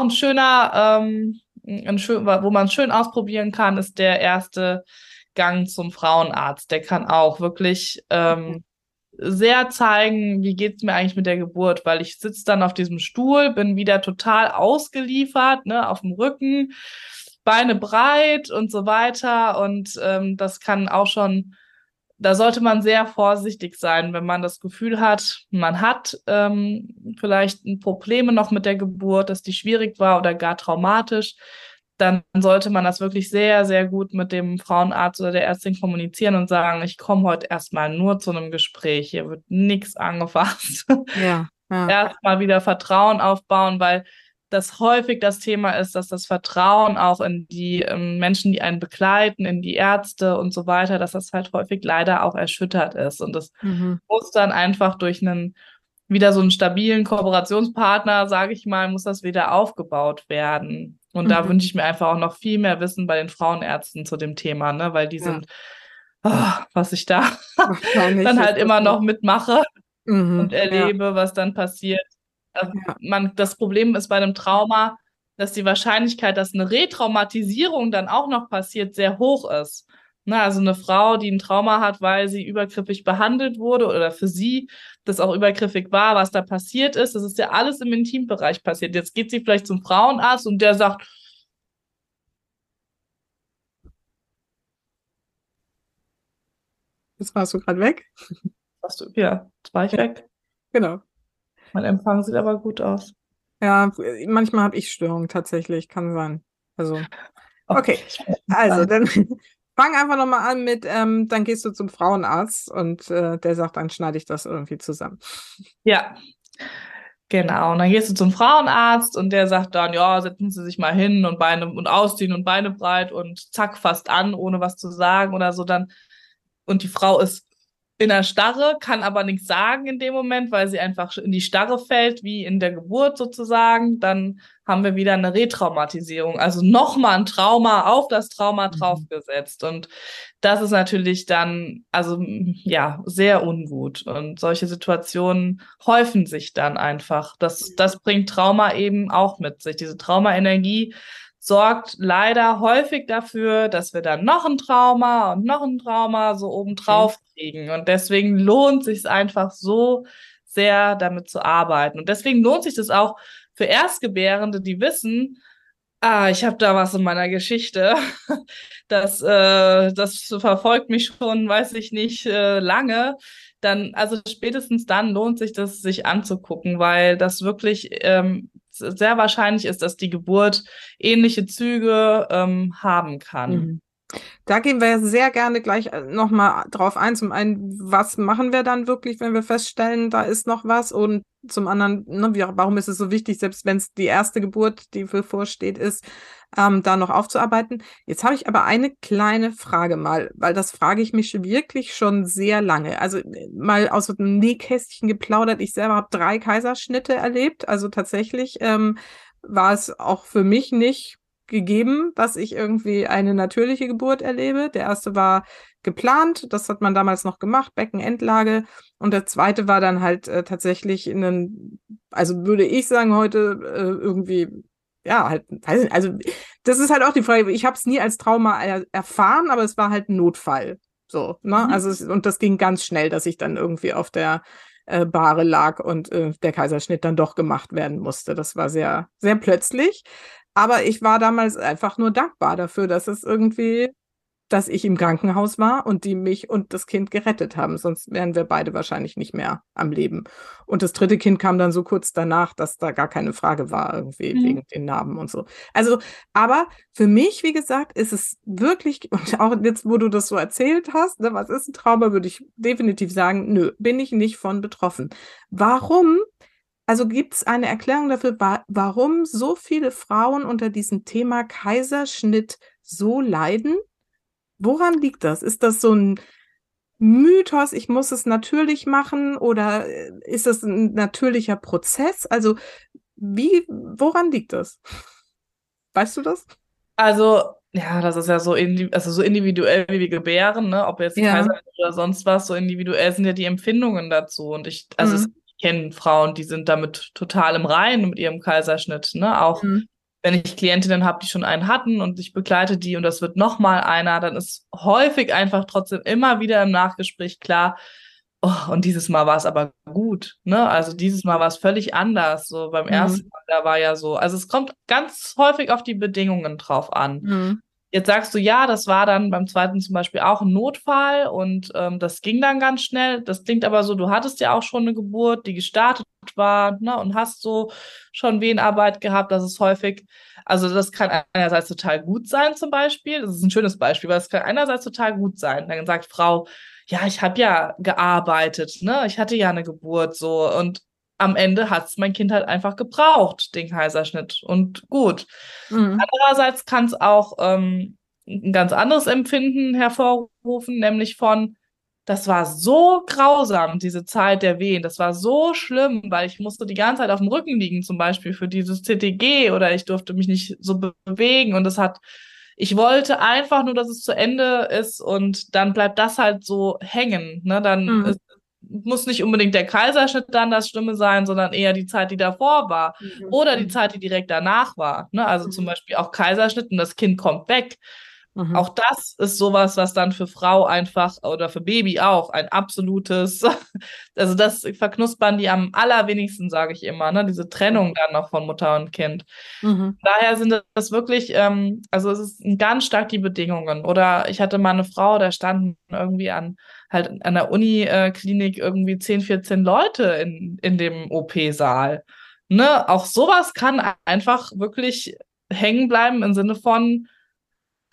wo man schön ausprobieren kann, ist der erste Gang zum Frauenarzt. Der kann auch wirklich sehr zeigen, wie geht's mir eigentlich mit der Geburt, weil ich sitze dann auf diesem Stuhl, bin wieder total ausgeliefert, ne, auf dem Rücken, Beine breit und so weiter. Und das kann auch schon, da sollte man sehr vorsichtig sein, wenn man das Gefühl hat, man hat vielleicht Probleme noch mit der Geburt, dass die schwierig war oder gar traumatisch, dann sollte man das wirklich sehr, sehr gut mit dem Frauenarzt oder der Ärztin kommunizieren und sagen, ich komme heute erstmal nur zu einem Gespräch, hier wird nichts angefasst. Ja, ja. Erstmal wieder Vertrauen aufbauen, weil das häufig das Thema ist, dass das Vertrauen auch in die Menschen, die einen begleiten, in die Ärzte und so weiter, dass das halt häufig leider auch erschüttert ist. Und das Mhm. muss dann einfach durch einen wieder so einen stabilen Kooperationspartner, sage ich mal, muss das wieder aufgebaut werden. Und da Mhm. wünsche ich mir einfach auch noch viel mehr Wissen bei den Frauenärzten zu dem Thema, ne, weil die Ja, sind, oh, was ich da wahrscheinlich dann ist halt das immer so. noch mitmache Mhm. und Ja, erlebe, was dann passiert. ja. Das Problem ist bei einem Trauma, dass die Wahrscheinlichkeit, dass eine Retraumatisierung dann auch noch passiert, sehr hoch ist. Na, also eine Frau, die ein Trauma hat, weil sie übergriffig behandelt wurde oder für sie das auch übergriffig war, was da passiert ist, das ist ja alles im Intimbereich passiert. Jetzt geht sie vielleicht zum Frauenarzt und der sagt, Jetzt warst du gerade weg. was du, ja, jetzt war ich Ja, weg. genau. Mein Empfang sieht aber gut aus. Ja, manchmal habe ich Störungen tatsächlich, kann sein. Also. Okay, also dann fang einfach nochmal an mit, dann gehst du zum Frauenarzt und der sagt, dann schneide ich das irgendwie zusammen. Ja, genau. Und dann gehst du zum Frauenarzt und der sagt dann, ja, setzen Sie sich mal hin und Beine und ausziehen und Beine breit und zack, fast an, ohne was zu sagen oder so dann. Und die Frau ist in der Starre, kann aber nichts sagen in dem Moment, weil sie einfach in die Starre fällt, wie in der Geburt sozusagen. Dann haben wir wieder eine Retraumatisierung, also nochmal ein Trauma auf das Trauma Mhm. draufgesetzt. Und das ist natürlich dann, also ja, sehr ungut. Und solche Situationen häufen sich dann einfach. Das bringt Trauma eben auch mit sich. Diese Traumaenergie sorgt leider häufig dafür, dass wir dann noch ein Trauma und noch ein Trauma so Okay. obendrauf kriegen. Und deswegen lohnt sich einfach so sehr, damit zu arbeiten. Und deswegen lohnt sich das auch für Erstgebärende, die wissen, ich habe da was in meiner Geschichte. Das verfolgt mich schon, weiß ich nicht, lange. Dann, also spätestens dann lohnt sich das, sich anzugucken, weil das wirklich sehr wahrscheinlich ist, dass die Geburt ähnliche Züge haben kann. Mhm. Da gehen wir sehr gerne gleich nochmal drauf ein. Zum einen, was machen wir dann wirklich, wenn wir feststellen, da ist noch was? Und zum anderen, ne, warum ist es so wichtig, selbst wenn es die erste Geburt, die bevorsteht ist, da noch aufzuarbeiten? Jetzt habe ich aber eine kleine Frage mal, weil das frage ich mich wirklich schon sehr lange. Also mal aus dem Nähkästchen geplaudert. Ich selber habe 3 Kaiserschnitte erlebt. Also tatsächlich war es auch für mich nicht gegeben, dass ich irgendwie eine natürliche Geburt erlebe. Der erste war geplant, das hat man damals noch gemacht, Beckenendlage. Und der zweite war dann halt tatsächlich in einen, also würde ich sagen, heute irgendwie, ja, halt, weiß nicht, also das ist halt auch die Frage, ich habe es nie als Trauma erfahren, aber es war halt ein Notfall. So, ne? Mhm. Also und das ging ganz schnell, dass ich dann irgendwie auf der Bahre lag und der Kaiserschnitt dann doch gemacht werden musste. Das war sehr, sehr plötzlich. Aber ich war damals einfach nur dankbar dafür, dass es irgendwie, dass ich im Krankenhaus war und die mich und das Kind gerettet haben. Sonst wären wir beide wahrscheinlich nicht mehr am Leben. Und das dritte Kind kam dann so kurz danach, dass da gar keine Frage war, irgendwie Mhm. wegen den Narben und so. Also, aber für mich, wie gesagt, ist es wirklich, und auch jetzt, wo du das so erzählt hast, ne, was ist ein Trauma, würde ich definitiv sagen, nö, bin ich nicht von betroffen. Warum? Also gibt es eine Erklärung dafür, warum so viele Frauen unter diesem Thema Kaiserschnitt so leiden? Woran liegt das? Ist das so ein Mythos, ich muss es natürlich machen, oder ist das ein natürlicher Prozess? Also woran liegt das? Weißt du das? Also, ja, das ist ja so, also so individuell wie wir gebären, ne? Ob jetzt Ja. Kaiserschnitt oder sonst was, so individuell sind ja die Empfindungen dazu. Und Mhm. ich kenne Frauen, die sind damit total im Reinen mit ihrem Kaiserschnitt, ne? Auch Mhm. wenn ich Klientinnen habe, die schon einen hatten und ich begleite die und das wird nochmal einer, dann ist häufig einfach trotzdem immer wieder im Nachgespräch klar, oh, und dieses Mal war es aber gut, ne? Also dieses Mal war es völlig anders. So beim Mhm. ersten Mal, da war ja so. Also es kommt ganz häufig auf die Bedingungen drauf an. Mhm. Jetzt sagst du, ja, das war dann beim zweiten zum Beispiel auch ein Notfall und das ging dann ganz schnell. Das klingt aber so, du hattest ja auch schon eine Geburt, die gestartet war, ne, und hast so schon Wehenarbeit gehabt. Das ist häufig, also das kann einerseits total gut sein zum Beispiel. Das ist ein schönes Beispiel, weil es kann einerseits total gut sein. Dann sagt Frau, ja, ich habe ja gearbeitet, ne, ich hatte ja eine Geburt so und am Ende hat es mein Kind halt einfach gebraucht, den Kaiserschnitt und gut. Mhm. Andererseits kann es auch ein ganz anderes Empfinden hervorrufen, nämlich von, das war so grausam, diese Zeit der Wehen, das war so schlimm, weil ich musste die ganze Zeit auf dem Rücken liegen, zum Beispiel für dieses CTG oder ich durfte mich nicht so bewegen und ich wollte einfach nur, dass es zu Ende ist und dann bleibt das halt so hängen, ne? Mhm. Muss nicht unbedingt der Kaiserschnitt dann das Schlimme sein, sondern eher die Zeit, die davor war. Mhm. Oder die Mhm. Zeit, die direkt danach war. Ne? Also zum Mhm. Beispiel auch Kaiserschnitt und das Kind kommt weg. Mhm. Auch das ist sowas, was dann für Frau einfach oder für Baby auch ein absolutes, also das verknuspern die am allerwenigsten, sage ich immer, ne? Diese Mhm. Trennung dann noch von Mutter und Kind. Mhm. Daher sind das wirklich, also es ist ganz stark die Bedingungen. Oder ich hatte mal eine Frau, da standen irgendwie halt an der Uniklinik irgendwie 10, 14 Leute in dem OP-Saal. Ne? Auch sowas kann einfach wirklich hängen bleiben im Sinne von,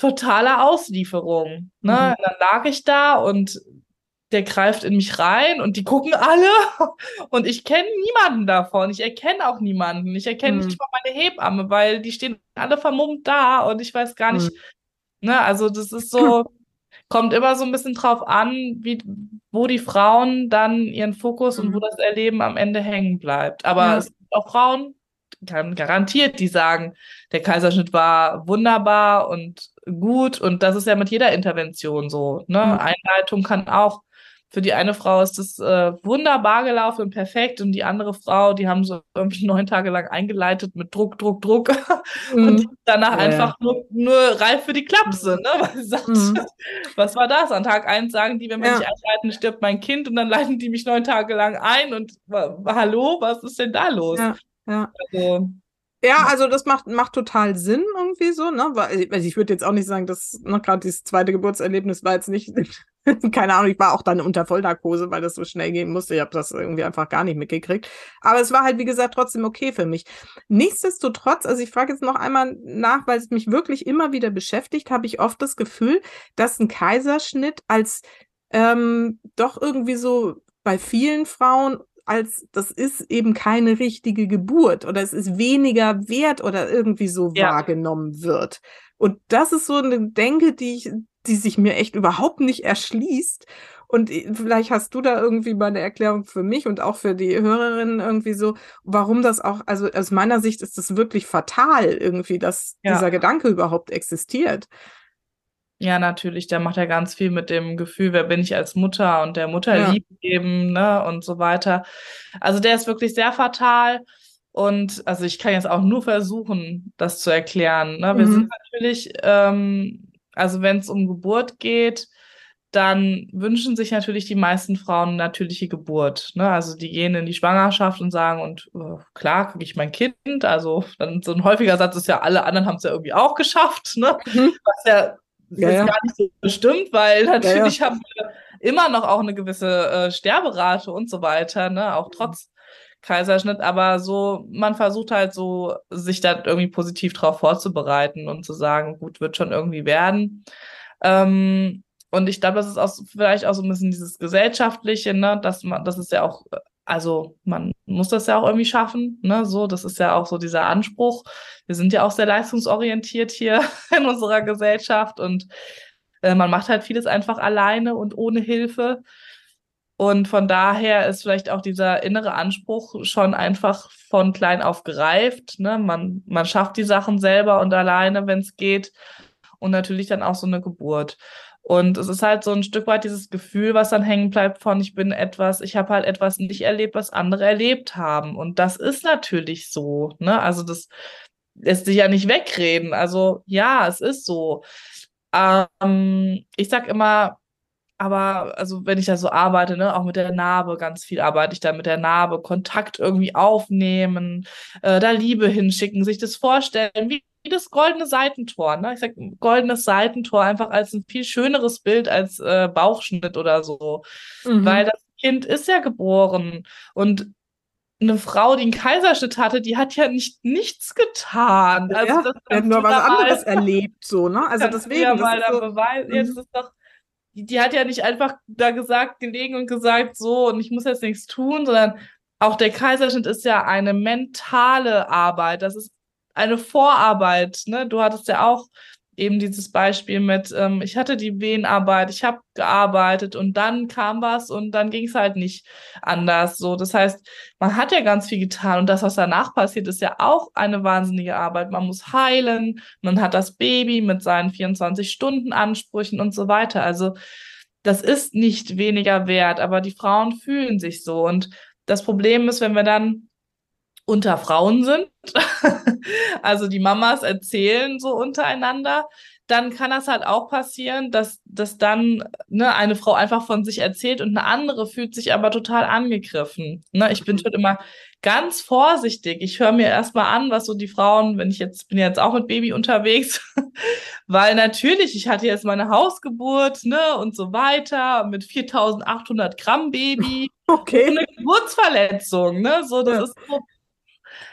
totale Auslieferung. Ne? Mhm. Dann lag ich da und der greift in mich rein und die gucken alle und ich kenne niemanden davon. Ich erkenne auch niemanden. Ich erkenne nicht Mhm. mal meine Hebamme, weil die stehen alle vermummt da und ich weiß gar nicht, Mhm. ne, also das ist so, kommt immer so ein bisschen drauf an, wo die Frauen dann ihren Fokus und wo Mhm. das Erleben am Ende hängen bleibt. Aber Ja. es gibt auch Frauen, garantiert, die sagen, der Kaiserschnitt war wunderbar und gut und das ist ja mit jeder Intervention so, ne? Mhm. Einleitung kann auch, für die eine Frau ist es wunderbar gelaufen und perfekt und die andere Frau, die haben so irgendwie 9 Tage lang eingeleitet mit Druck, Druck, Druck und die Mhm. danach Ja, ja. einfach nur reif für die Klapse, Mhm. ne? Weil sie sagt, Mhm. was war das? An Tag 1 sagen die, wenn wir nicht Ja. einleiten, stirbt mein Kind und dann leiten die mich 9 Tage lang ein und hallo, was ist denn da los? Ja. Ja. Also, Ja, also das macht total Sinn irgendwie so, ne? Weil, also ich würde jetzt auch nicht sagen, dass, ne, gerade dieses zweite Geburtserlebnis war jetzt nicht, keine Ahnung, ich war auch dann unter Vollnarkose, weil das so schnell gehen musste. Ich habe das irgendwie einfach gar nicht mitgekriegt. Aber es war halt, wie gesagt, trotzdem okay für mich. Nichtsdestotrotz, also ich frage jetzt noch einmal nach, weil es mich wirklich immer wieder beschäftigt, habe ich oft das Gefühl, dass ein Kaiserschnitt als doch irgendwie so bei vielen Frauen als das ist eben keine richtige Geburt oder es ist weniger wert oder irgendwie so ja, wahrgenommen wird. Und das ist so eine Denke, die sich mir echt überhaupt nicht erschließt. Und vielleicht hast du da irgendwie mal eine Erklärung für mich und auch für die Hörerinnen irgendwie so, warum das auch, also aus meiner Sicht ist das wirklich fatal irgendwie, dass ja, dieser Gedanke überhaupt existiert. ja, natürlich. Der macht ja ganz viel mit dem Gefühl, wer bin ich als Mutter und der Mutter Ja. lieb geben, ne, und so weiter. Also der ist wirklich sehr fatal. Und also ich kann jetzt auch nur versuchen, das zu erklären. Ne? Wir sind Mhm. natürlich, also wenn es um Geburt geht, dann wünschen sich natürlich die meisten Frauen eine natürliche Geburt. Ne? Also die gehen in die Schwangerschaft und sagen, und klar, kriege ich mein Kind. Also dann so ein häufiger Satz ist ja, alle anderen haben es ja irgendwie auch geschafft. Ne? Mhm. Was ja Ja, jetzt ja. gar nicht so stimmt, weil Ja, ja. natürlich haben wir immer noch auch eine gewisse Sterberate und so weiter, ne? Auch trotz Kaiserschnitt, aber so, man versucht halt so, sich da irgendwie positiv drauf vorzubereiten und zu sagen, gut, wird schon irgendwie werden. Und ich glaube, das ist auch vielleicht auch so ein bisschen dieses Gesellschaftliche, ne, dass man, das ist ja auch, also man muss das ja auch irgendwie schaffen, ne, so, das ist ja auch so dieser Anspruch. Wir sind ja auch sehr leistungsorientiert hier in unserer Gesellschaft und man macht halt vieles einfach alleine und ohne Hilfe. Und von daher ist vielleicht auch dieser innere Anspruch schon einfach von klein auf gereift. Ne? Man schafft die Sachen selber und alleine, wenn es geht. Und natürlich dann auch so eine Geburt. Und es ist halt so ein Stück weit dieses Gefühl, was dann hängen bleibt von, ich habe halt etwas nicht erlebt, was andere erlebt haben. Und das ist natürlich so. Ne? Also das lässt sich ja nicht wegreden. Also ja, es ist so. Ich sag immer, aber also wenn ich da so arbeite, ne, auch mit der Narbe, ganz viel arbeite ich da mit der Narbe, Kontakt irgendwie aufnehmen, da Liebe hinschicken, sich das vorstellen, wie das goldene Seitentor, ne? Ich sag goldenes Seitentor einfach als ein viel schöneres Bild als Bauchschnitt oder so. Weil Mhm. das Kind ist ja geboren und eine Frau, die einen Kaiserschnitt hatte, die hat ja nichts getan. Also Ja, das wir hatten kannst nur du was da anderes mal, erlebt, so, ne? Also kannst du ja deswegen, das mal ist dann so. beweisen. Ja, das Mhm. ist doch die hat ja nicht einfach da gesagt, gelegen und gesagt, so, und ich muss jetzt nichts tun, sondern auch der Kaiserschnitt ist ja eine mentale Arbeit. Das ist eine Vorarbeit, ne? Du hattest ja auch eben dieses Beispiel mit, ich hatte die Wehenarbeit, ich habe gearbeitet und dann kam was und dann ging es halt nicht anders. So, das heißt, man hat ja ganz viel getan und das, was danach passiert, ist ja auch eine wahnsinnige Arbeit. Man muss heilen, man hat das Baby mit seinen 24-Stunden-Ansprüchen und so weiter. Also das ist nicht weniger wert, aber die Frauen fühlen sich so. Und das Problem ist, wenn wir dann unter Frauen sind, also die Mamas erzählen so untereinander, dann kann das halt auch passieren, dass dann ne, eine Frau einfach von sich erzählt und eine andere fühlt sich aber total angegriffen. Ne, ich bin schon immer ganz vorsichtig. Ich höre mir erstmal an, was so die Frauen, wenn ich jetzt bin jetzt auch mit Baby unterwegs, weil natürlich, ich hatte jetzt meine Hausgeburt, ne, und so weiter mit 4.800 Gramm Baby Okay. ohne Geburtsverletzung, ne, so das Ja. ist so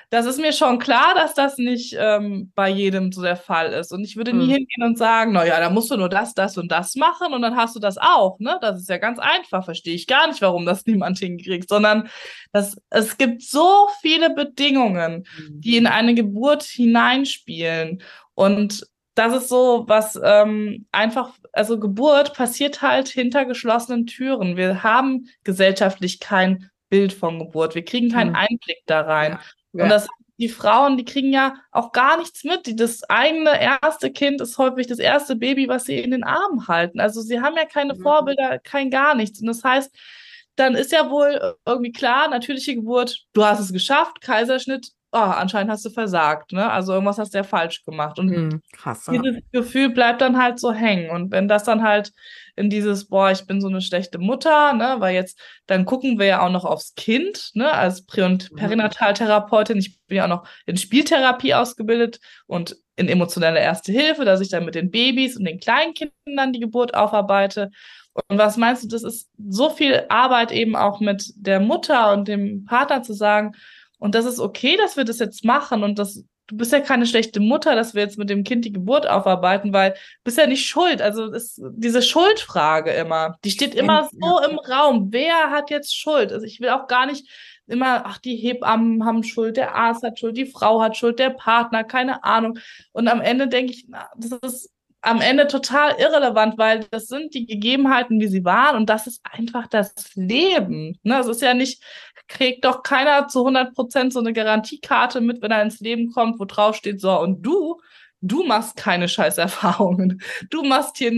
das ist mir schon klar, dass das nicht bei jedem so der Fall ist. Und ich würde nie Hm. hingehen und sagen, na ja, da musst du nur das, das und das machen und dann hast du das auch, ne? Das ist ja ganz einfach. Verstehe ich gar nicht, warum das niemand hinkriegt, sondern es gibt so viele Bedingungen, die in eine Geburt hineinspielen. Und das ist so, was einfach, also Geburt passiert halt hinter geschlossenen Türen. Wir haben gesellschaftlich kein Bild von Geburt. Wir kriegen keinen Hm. Einblick da rein. Ja. Und Ja. die Frauen, die kriegen ja auch gar nichts mit. Das eigene erste Kind ist häufig das erste Baby, was sie in den Armen halten. Also sie haben ja keine Mhm. Vorbilder, kein gar nichts. Und das heißt, dann ist ja wohl irgendwie klar, natürliche Geburt, du hast es geschafft, Kaiserschnitt, oh, anscheinend hast du versagt, ne? Also irgendwas hast du ja falsch gemacht. Und Hm. Krass, ja. dieses Gefühl bleibt dann halt so hängen. Und wenn das dann halt in dieses, boah, ich bin so eine schlechte Mutter, ne, weil jetzt, dann gucken wir ja auch noch aufs Kind, ne, als Prä- und Mhm. Perinataltherapeutin. Ich bin ja auch noch in Spieltherapie ausgebildet und in emotionelle Erste Hilfe, dass ich dann mit den Babys und den Kleinkindern die Geburt aufarbeite. Und was meinst du, das ist so viel Arbeit eben auch mit der Mutter und dem Partner zu sagen, und das ist okay, dass wir das jetzt machen und das du bist ja keine schlechte Mutter, dass wir jetzt mit dem Kind die Geburt aufarbeiten, weil du bist ja nicht schuld. Also ist diese Schuldfrage immer, die steht immer Ja. so im Raum. Wer hat jetzt Schuld? Also ich will auch gar nicht immer, ach, die Hebammen haben Schuld, der Arzt hat Schuld, die Frau hat Schuld, der Partner, keine Ahnung. Und am Ende denke ich, na, das ist am Ende total irrelevant, weil das sind die Gegebenheiten, wie sie waren und das ist einfach das Leben. Ne? Es ist ja nicht, kriegt doch keiner zu 100% so eine Garantiekarte mit, wenn er ins Leben kommt, wo drauf steht, so, und du machst keine Scheißerfahrungen. Du machst hier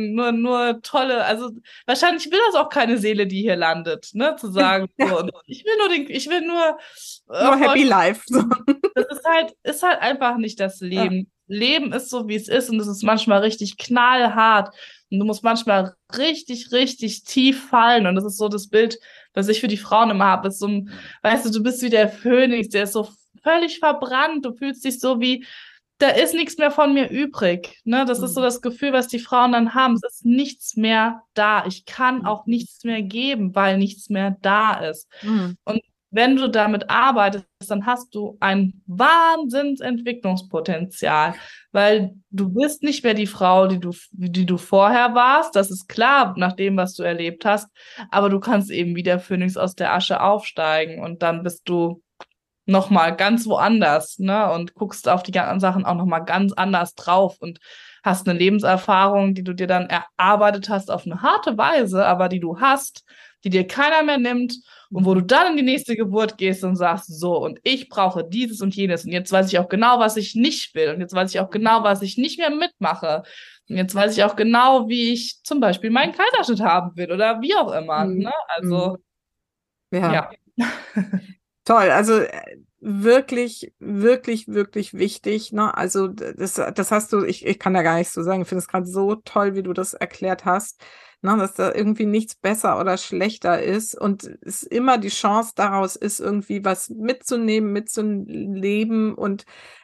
nur tolle, also wahrscheinlich will das auch keine Seele, die hier landet, ne, zu sagen, Ja. so, und ich will nur Nur Erfolg. Happy Life. So. Das ist halt einfach nicht das Ja. Leben. Leben ist so, wie es ist und es ist manchmal richtig knallhart und du musst manchmal richtig, richtig tief fallen und das ist so das Bild, was ich für die Frauen immer habe, ist so ein, weißt du, du bist wie der Phönix, der ist so völlig verbrannt, du fühlst dich so wie, da ist nichts mehr von mir übrig, ne? Das ist so Mhm. das Gefühl, was die Frauen dann haben, es ist nichts mehr da, ich kann Mhm. auch nichts mehr geben, weil nichts mehr da ist. Mhm. Und wenn du damit arbeitest, dann hast du ein Wahnsinnsentwicklungspotenzial, weil du bist nicht mehr die Frau, die du vorher warst. Das ist klar, nach dem, was du erlebt hast. Aber du kannst eben wie der Phönix aus der Asche aufsteigen und dann bist du noch mal ganz woanders, ne? Und guckst auf die ganzen Sachen auch noch mal ganz anders drauf und hast eine Lebenserfahrung, die du dir dann erarbeitet hast auf eine harte Weise, aber die du hast, die dir keiner mehr nimmt und wo du dann in die nächste Geburt gehst und sagst, so, und ich brauche dieses und jenes und jetzt weiß ich auch genau, was ich nicht will und jetzt weiß ich auch genau, was ich nicht mehr mitmache und jetzt weiß ich auch genau, wie ich zum Beispiel meinen Kaiserschnitt haben will oder wie auch immer, Mhm. ne? Mhm. Also, Ja. ja. Toll, also wirklich, wirklich, wirklich wichtig, ne? Also das hast du, ich kann da gar nichts zu sagen. Ich finde es gerade so toll, wie du das erklärt hast, ne? Dass da irgendwie nichts besser oder schlechter ist und es immer die Chance daraus ist, irgendwie was mitzunehmen, mitzuleben und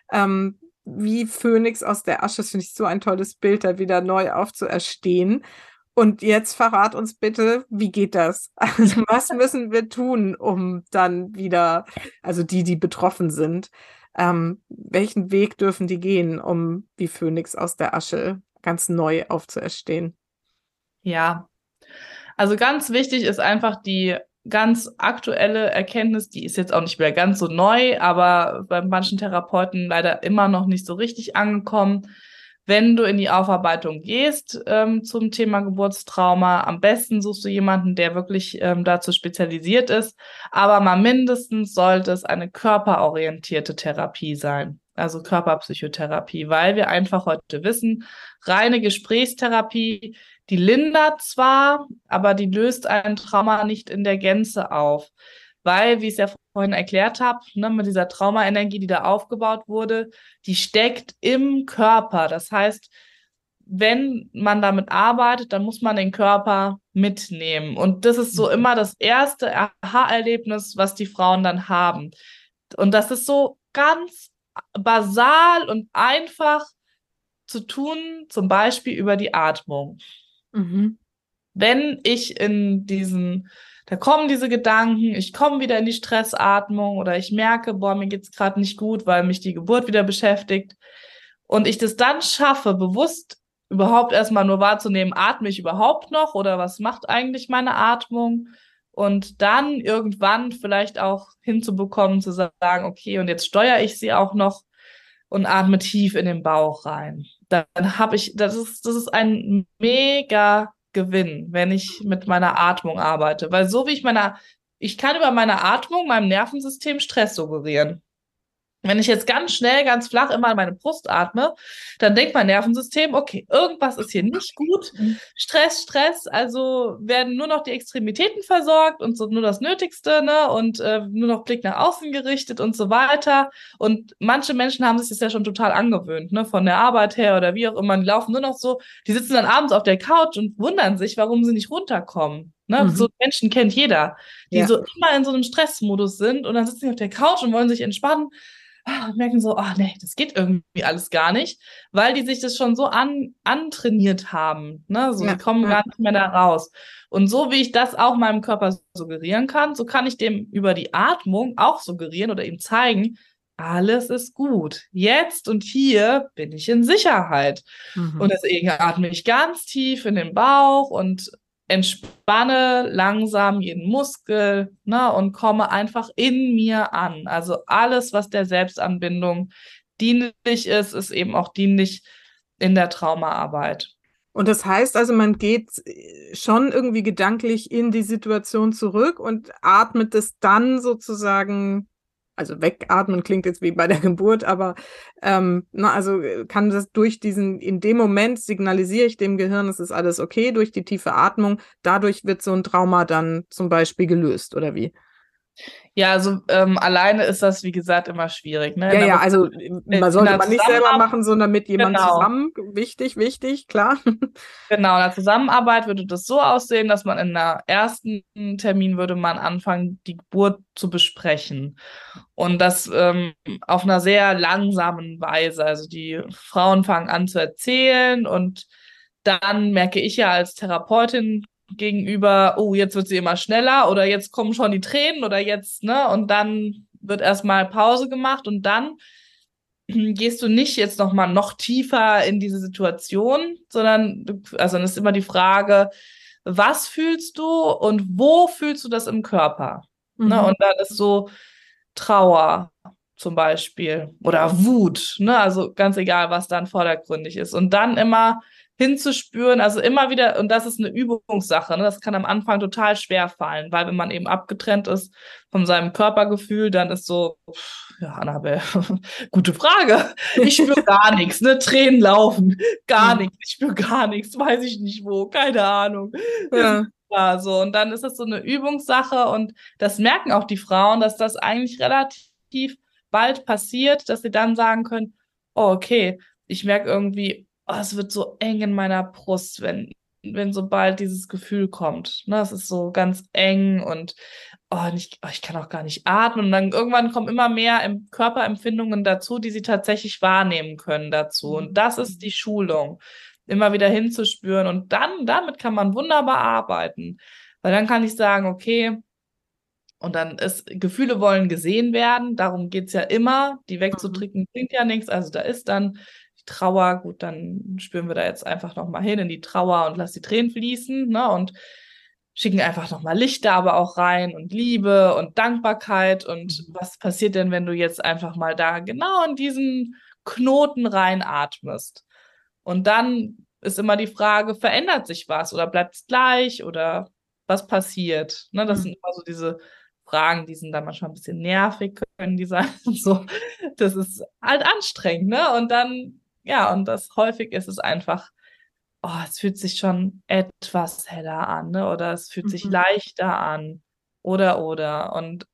wie Phönix aus der Asche, das finde ich so ein tolles Bild, da wieder neu aufzuerstehen. Und jetzt verrat uns bitte, wie geht das? Also was müssen wir tun, um dann wieder, also die betroffen sind, welchen Weg dürfen die gehen, um wie Phönix aus der Asche ganz neu aufzuerstehen? Ja, also ganz wichtig ist einfach die ganz aktuelle Erkenntnis, die ist jetzt auch nicht mehr ganz so neu, aber bei manchen Therapeuten leider immer noch nicht so richtig angekommen. Wenn du in die Aufarbeitung gehst zum Thema Geburtstrauma, am besten suchst du jemanden, der wirklich dazu spezialisiert ist, aber mal mindestens sollte es eine körperorientierte Therapie sein. Also Körperpsychotherapie, weil wir einfach heute wissen, reine Gesprächstherapie, die lindert zwar, aber die löst ein Trauma nicht in der Gänze auf. Weil, wie ich es ja vorhin erklärt habe, ne, mit dieser Traumaenergie, die da aufgebaut wurde, die steckt im Körper. Das heißt, wenn man damit arbeitet, dann muss man den Körper mitnehmen. Und das ist so immer das erste Aha-Erlebnis, was die Frauen dann haben. Und das ist so ganz basal und einfach zu tun, zum Beispiel über die Atmung. Mhm. Wenn ich in diesen da kommen diese Gedanken, ich komme wieder in die Stressatmung oder ich merke, boah, mir geht's gerade nicht gut, weil mich die Geburt wieder beschäftigt. Und ich das dann schaffe, bewusst überhaupt erstmal nur wahrzunehmen, atme ich überhaupt noch oder was macht eigentlich meine Atmung? Und dann irgendwann vielleicht auch hinzubekommen, zu sagen, okay, und jetzt steuere ich sie auch noch und atme tief in den Bauch rein. Dann habe ich, das ist ein mega Gewinn, wenn ich mit meiner Atmung arbeite. Weil so wie ich kann über meine Atmung meinem Nervensystem Stress suggerieren. Wenn ich jetzt ganz schnell, ganz flach immer an meine Brust atme, dann denkt mein Nervensystem, okay, irgendwas ist hier nicht gut. Stress, Stress, also werden nur noch die Extremitäten versorgt und so nur das Nötigste, ne? Und nur noch Blick nach außen gerichtet und so weiter. Und manche Menschen haben sich das ja schon total angewöhnt, ne? Von der Arbeit her oder wie auch immer. Die laufen nur noch so, die sitzen dann abends auf der Couch und wundern sich, warum sie nicht runterkommen. Ne? So Menschen kennt jeder, die Ja. so immer in so einem Stressmodus sind und dann sitzen sie auf der Couch und wollen sich entspannen und merken so, ach nee, das geht irgendwie alles gar nicht, weil die sich das schon so antrainiert haben. Ne? So, die Ja. kommen Ja. gar nicht mehr da raus. Und so wie ich das auch meinem Körper suggerieren kann, so kann ich dem über die Atmung auch suggerieren oder ihm zeigen, alles ist gut. Jetzt und hier bin ich in Sicherheit. Und Mhm. deswegen atme ich ganz tief in den Bauch und entspanne langsam jeden Muskel, ne, und komme einfach in mir an. Also alles, was der Selbstanbindung dienlich ist, ist eben auch dienlich in der Traumaarbeit. Und das heißt also, man geht schon irgendwie gedanklich in die Situation zurück und atmet es dann sozusagen, also wegatmen klingt jetzt wie bei der Geburt, aber also kann das durch in dem Moment signalisiere ich dem Gehirn, es ist alles okay, durch die tiefe Atmung, dadurch wird so ein Trauma dann zum Beispiel gelöst, oder wie? Ja, also alleine ist das, wie gesagt, immer schwierig. Ne? Ja, ja, also In man sollte der man nicht selber Zusammenarbeit, machen, sondern mit jemand genau. zusammen. Wichtig, wichtig, klar. Genau, in der Zusammenarbeit würde das so aussehen, dass man in der ersten Termin würde man anfangen, die Geburt zu besprechen. Und das auf einer sehr langsamen Weise. Also die Frauen fangen an zu erzählen und dann merke ich ja als Therapeutin gegenüber, oh, jetzt wird sie immer schneller oder jetzt kommen schon die Tränen oder jetzt, ne? Und dann wird erstmal Pause gemacht und dann gehst du nicht jetzt noch tiefer in diese Situation, sondern also dann ist immer die Frage, was fühlst du und wo fühlst du das im Körper? Ne? Mhm. Und dann ist so Trauer zum Beispiel oder Wut, ne? Also ganz egal, was dann vordergründig ist. Und dann immer hinzuspüren, also immer wieder, und das ist eine Übungssache, ne? Das kann am Anfang total schwer fallen, weil wenn man eben abgetrennt ist von seinem Körpergefühl, dann ist so, ja, Annabelle, gute Frage. Ich spüre gar nichts, ne? Tränen laufen, gar Mhm. nichts. Ich spüre gar nichts, weiß ich nicht wo, keine Ahnung. Das ist Ja. da so. Und dann ist das so eine Übungssache und das merken auch die Frauen, dass das eigentlich relativ bald passiert, dass sie dann sagen können, oh, okay, ich merke irgendwie, oh, es wird so eng in meiner Brust, wenn sobald dieses Gefühl kommt. Ne, es ist so ganz eng und ich kann auch gar nicht atmen. Und dann irgendwann kommen immer mehr Körperempfindungen dazu, die sie tatsächlich wahrnehmen können dazu. Und das ist die Schulung, immer wieder hinzuspüren. Und dann, damit kann man wunderbar arbeiten. Weil dann kann ich sagen, okay, und dann Gefühle wollen gesehen werden, darum geht's ja immer. Die Mhm. wegzudrücken bringt ja nichts. Also da ist dann die Trauer, gut, dann spüren wir da jetzt einfach nochmal hin in die Trauer und lass die Tränen fließen, ne? Und schicken einfach nochmal Licht da aber auch rein und Liebe und Dankbarkeit. Und Mhm. was passiert denn, wenn du jetzt einfach mal da genau in diesen Knoten reinatmest? Und dann ist immer die Frage, verändert sich was oder bleibt es gleich oder was passiert? Ne, das Mhm. sind immer so diese Fragen, die sind dann manchmal ein bisschen nervig, können die sein. So, das ist halt anstrengend, ne? Und dann, ja, und das häufig ist es einfach, oh, es fühlt sich schon etwas heller an, ne? Oder es fühlt sich Mhm. leichter an. Oder. Und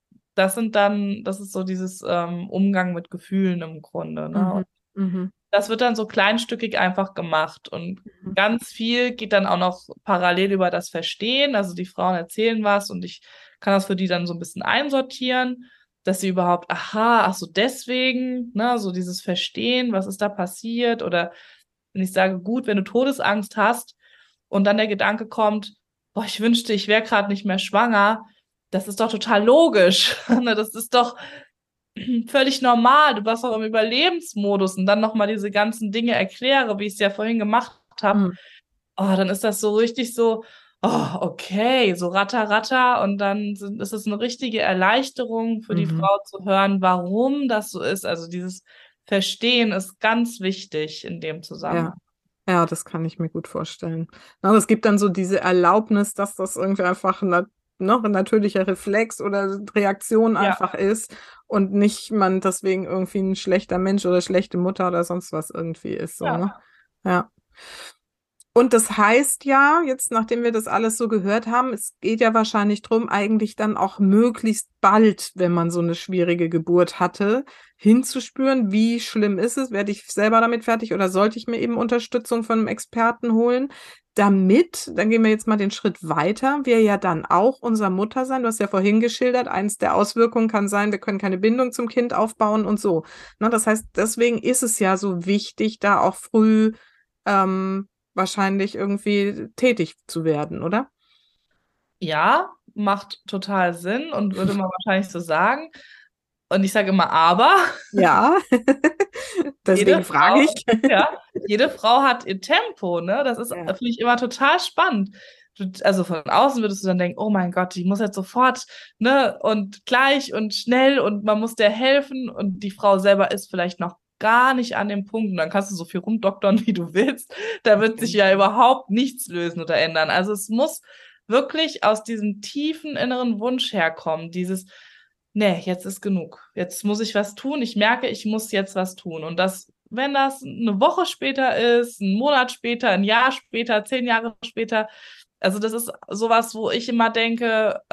das ist so dieses Umgang mit Gefühlen im Grunde, ne? Mhm. Mhm. Das wird dann so kleinstückig einfach gemacht und Mhm. ganz viel geht dann auch noch parallel über das Verstehen. Also die Frauen erzählen was und ich kann das für die dann so ein bisschen einsortieren, dass sie überhaupt, aha, ach so deswegen, ne, so dieses Verstehen, was ist da passiert oder wenn ich sage, gut, wenn du Todesangst hast und dann der Gedanke kommt, boah, ich wünschte, ich wäre gerade nicht mehr schwanger. Das ist doch total logisch. Ne, das ist doch völlig normal. Du warst doch im Überlebensmodus und dann nochmal diese ganzen Dinge erkläre, wie ich es ja vorhin gemacht habe. Mhm. Oh, dann ist das so richtig so, oh, okay, so ratter, ratter. Und dann ist es eine richtige Erleichterung für die Mhm. Frau zu hören, warum das so ist. Also dieses Verstehen ist ganz wichtig in dem Ja. Zusammenhang. Ja, das kann ich mir gut vorstellen. Aber es gibt dann so diese Erlaubnis, dass das irgendwie einfach noch ein natürlicher Reflex oder Reaktion Ja, einfach ist und nicht man deswegen irgendwie ein schlechter Mensch oder schlechte Mutter oder sonst was irgendwie ist, so, ja. ne? Ja. Und das heißt ja, jetzt nachdem wir das alles so gehört haben, es geht ja wahrscheinlich drum, eigentlich dann auch möglichst bald, wenn man so eine schwierige Geburt hatte, hinzuspüren, wie schlimm ist es, werde ich selber damit fertig oder sollte ich mir eben Unterstützung von einem Experten holen, damit, dann gehen wir jetzt mal den Schritt weiter, wir ja dann auch unser Mutter sein, du hast ja vorhin geschildert, eins der Auswirkungen kann sein, wir können keine Bindung zum Kind aufbauen und so. Na, das heißt, deswegen ist es ja so wichtig, da auch früh wahrscheinlich irgendwie tätig zu werden, oder? Ja, macht total Sinn und würde man wahrscheinlich so sagen. Und ich sage immer, aber Ja, jede deswegen frage Frau, ich. ja, jede Frau hat ihr Tempo, ne? Das ist, Ja. finde ich, immer total spannend. Also von außen würdest du dann denken, oh mein Gott, ich muss jetzt sofort, ne, und gleich und schnell und man muss der helfen und die Frau selber ist vielleicht noch gar nicht an dem Punkt und dann kannst du so viel rumdoktern, wie du willst. Da wird sich ja überhaupt nichts lösen oder ändern. Also es muss wirklich aus diesem tiefen inneren Wunsch herkommen, dieses nee, jetzt ist genug. Jetzt muss ich was tun. Ich merke, ich muss jetzt was tun. Und das, wenn das eine Woche später ist, ein Monat später, ein Jahr später, 10 Jahre später, also das ist sowas, wo ich immer denke,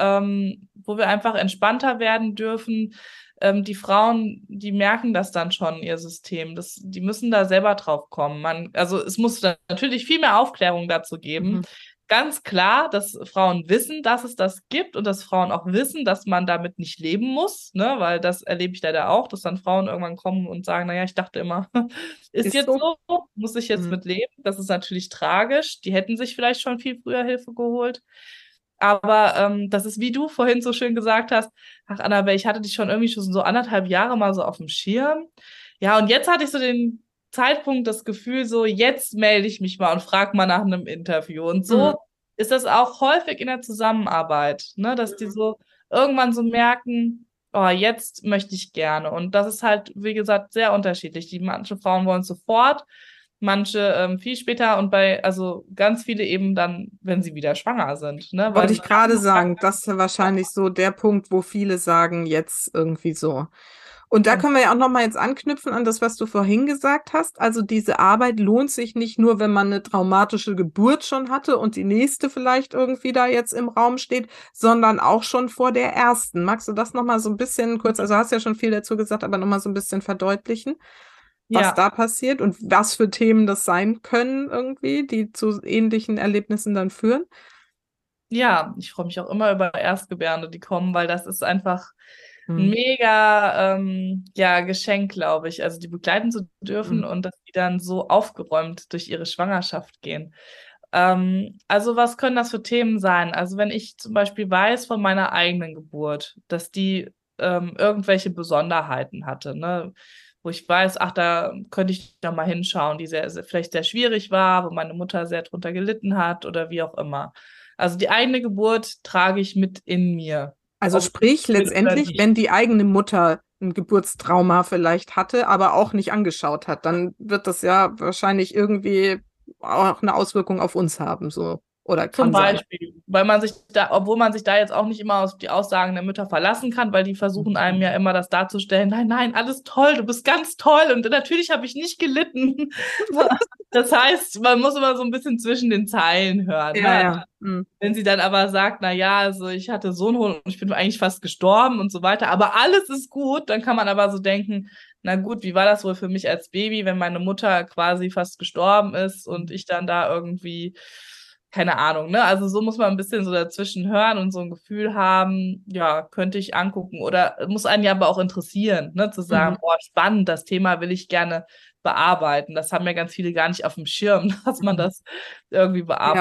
wo wir einfach entspannter werden dürfen. Die Frauen, die merken das dann schon, ihr System. Die müssen da selber drauf kommen. Also es muss da natürlich viel mehr Aufklärung dazu geben. Mhm. Ganz klar, dass Frauen wissen, dass es das gibt und dass Frauen auch wissen, dass man damit nicht leben muss, ne? Weil das erlebe ich leider auch, dass dann Frauen irgendwann kommen und sagen, naja, ich dachte immer, ist Ist jetzt so? so, muss ich jetzt Mhm. mit leben. Das ist natürlich tragisch. Die hätten sich vielleicht schon viel früher Hilfe geholt. Aber das ist, wie du vorhin so schön gesagt hast, ach Annabelle, ich hatte dich schon irgendwie schon so 1,5 Jahre mal so auf dem Schirm. Ja, und jetzt hatte ich so den Zeitpunkt, das Gefühl, so jetzt melde ich mich mal und frage mal nach einem Interview. Und Mhm. so ist das auch häufig in der Zusammenarbeit, ne, dass die so irgendwann so merken, oh, jetzt möchte ich gerne. Und das ist halt, wie gesagt, sehr unterschiedlich. Manche Frauen wollen sofort, manche viel später und also ganz viele eben dann, wenn sie wieder schwanger sind, ne, weil Wollte sie ich gerade dann sagen, das ist wahrscheinlich so der Punkt, wo viele sagen, jetzt irgendwie so. Und da und können wir ja auch nochmal jetzt anknüpfen an das, was du vorhin gesagt hast. Also diese Arbeit lohnt sich nicht nur, wenn man eine traumatische Geburt schon hatte und die nächste vielleicht irgendwie da jetzt im Raum steht, sondern auch schon vor der ersten. Magst du das nochmal so ein bisschen kurz, also hast ja schon viel dazu gesagt, aber nochmal so ein bisschen verdeutlichen, was ja, da passiert und was für Themen das sein können irgendwie, die zu ähnlichen Erlebnissen dann führen? ja, ich freue mich auch immer über Erstgebärende, die kommen, weil das ist einfach ein Hm. mega ja, Geschenk, glaube ich. Also die begleiten zu dürfen Hm. und dass die dann so aufgeräumt durch ihre Schwangerschaft gehen. Also was können das für Themen sein? Also wenn ich zum Beispiel weiß von meiner eigenen Geburt, dass die irgendwelche Besonderheiten hatte, ne? Wo ich weiß, ach, da könnte ich noch mal hinschauen, die vielleicht sehr schwierig war, wo meine Mutter sehr drunter gelitten hat oder wie auch immer. Also die eigene Geburt trage ich mit in mir, Also ob ich sprich will oder letztendlich, nicht. wenn die eigene Mutter ein Geburtstrauma vielleicht hatte, aber auch nicht angeschaut hat, dann wird das ja wahrscheinlich irgendwie auch eine Auswirkung auf uns haben, so oder Zum kann sein. Beispiel, weil man sich da, obwohl man sich da jetzt auch nicht immer auf die Aussagen der Mütter verlassen kann, weil die versuchen einem ja immer das darzustellen, nein, nein, alles toll, du bist ganz toll und natürlich habe ich nicht gelitten. Das heißt, man muss immer so ein bisschen zwischen den Zeilen hören, Ja, ne? ja. Hm. Wenn sie dann aber sagt, na ja, also ich hatte so einen Hund und ich bin eigentlich fast gestorben und so weiter, aber alles ist gut, dann kann man aber so denken, na gut, wie war das wohl für mich als Baby, wenn meine Mutter quasi fast gestorben ist und ich dann da irgendwie, keine Ahnung, ne? Also so muss man ein bisschen so dazwischen hören und so ein Gefühl haben, ja, könnte ich angucken oder muss einen ja aber auch interessieren, ne? Zu sagen, Mhm. boah, spannend, das Thema will ich gerne bearbeiten. Das haben ja ganz viele gar nicht auf dem Schirm, dass man Mhm. das irgendwie Ja. bearbeiten.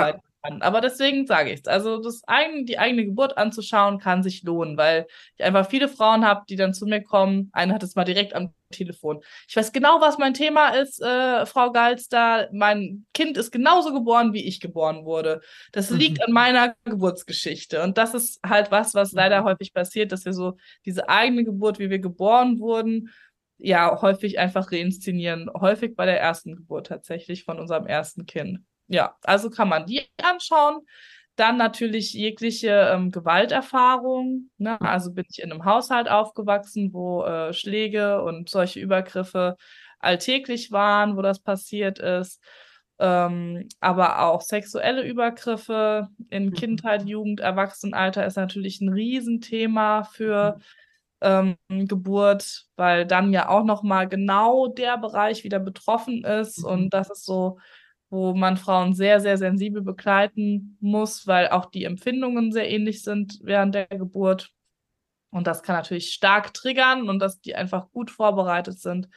kann. Aber deswegen sage ich es. Also die eigene Geburt anzuschauen, kann sich lohnen, weil ich einfach viele Frauen habe, die dann zu mir kommen. Eine hat es mal direkt am Telefon. Ich weiß genau, was mein Thema ist, Frau Galster. Mein Kind ist genauso geboren, wie ich geboren wurde. Das liegt an meiner Geburtsgeschichte. Und das ist halt was leider häufig passiert, dass wir so diese eigene Geburt, wie wir geboren wurden, ja, häufig einfach reinszenieren. Häufig bei der ersten Geburt tatsächlich von unserem ersten Kind. Ja, also kann man die anschauen. Dann natürlich jegliche Gewalterfahrung. Ne? Also bin ich in einem Haushalt aufgewachsen, wo Schläge und solche Übergriffe alltäglich waren, wo das passiert ist. Aber auch sexuelle Übergriffe in Kindheit, Jugend, Erwachsenenalter ist natürlich ein Riesenthema für Geburt, weil dann ja auch nochmal genau der Bereich wieder betroffen ist. Und das ist so, wo man Frauen sehr, sehr sensibel begleiten muss, weil auch die Empfindungen sehr ähnlich sind während der Geburt. Und das kann natürlich stark triggern und dass die einfach gut vorbereitet sind.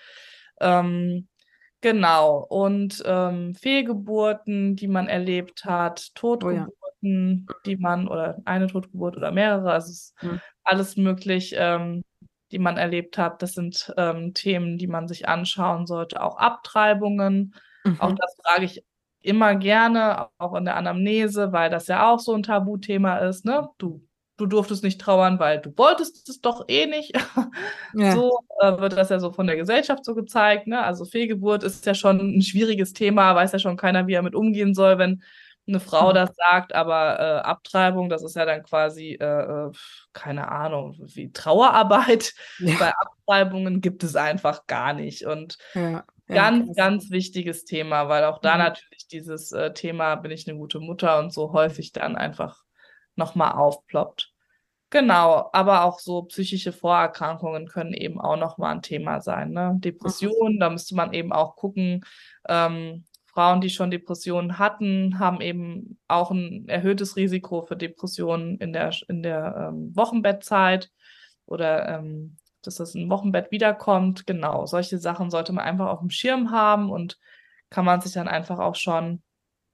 Genau. Und Fehlgeburten, die man erlebt hat, Totgeburten, die man, oder eine Totgeburt oder mehrere, also es ist alles möglich, die man erlebt hat. Das sind Themen, die man sich anschauen sollte. Auch Abtreibungen. Auch das frage ich immer gerne, auch in der Anamnese, weil das ja auch so ein Tabuthema ist. Ne? Du durftest nicht trauern, weil du wolltest es doch eh nicht. Ja. So wird das ja so von der Gesellschaft so gezeigt. Ne? Also Fehlgeburt ist ja schon ein schwieriges Thema, weiß ja schon keiner, wie er mit umgehen soll, wenn eine Frau das sagt, aber Abtreibung, das ist ja dann quasi, keine Ahnung, wie Trauerarbeit. Ja. Bei Abtreibungen gibt es einfach gar nicht. Und Ja. ganz, ganz wichtiges Thema, weil auch da natürlich dieses Thema, bin ich eine gute Mutter und so häufig dann einfach nochmal aufploppt. Genau, aber auch so psychische Vorerkrankungen können eben auch nochmal ein Thema sein. Ne? Depressionen, da müsste man eben auch gucken. Frauen, die schon Depressionen hatten, haben eben auch ein erhöhtes Risiko für Depressionen in der Wochenbettzeit oder dass das im Wochenbett wiederkommt. Genau, solche Sachen sollte man einfach auf dem Schirm haben und kann man sich dann einfach auch schon